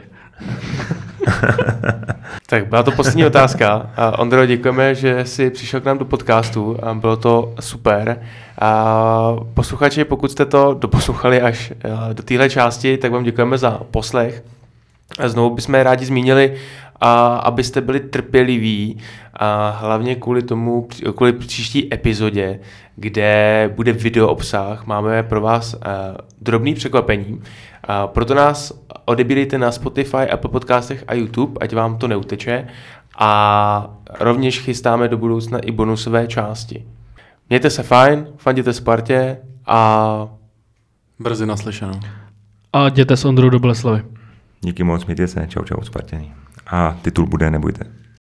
Tak byla to poslední otázka. Ondro, děkujeme, že jsi přišel k nám do podcastu. Bylo to super. Posluchači, pokud jste to doposlouchali až do téhle části, tak vám děkujeme za poslech. Znovu bychom rádi zmínili, abyste byli trpěliví, hlavně kvůli příští epizodě, kde bude video obsah. Máme pro vás drobný překvapení. Proto nás odebírejte na Spotify, Apple Podcastech a YouTube, ať vám to neuteče. A rovněž chystáme do budoucna i bonusové části. Mějte se fajn, fanděte Spartě a... Brzy naslyšenou. A jděte s Ondrou do Boleslavy. Díky moc, mějte se, čau Spartěni. A titul bude, nebojte.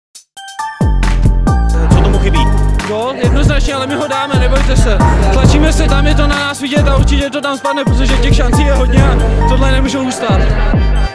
Co tomu chybí? Gól, jednoznačně, ale my ho dáme, nebojte se. Tlačíme se, tam je to na nás vidět a určitě to tam spadne, protože těch šancí je hodně a tohle nemůžou ustát.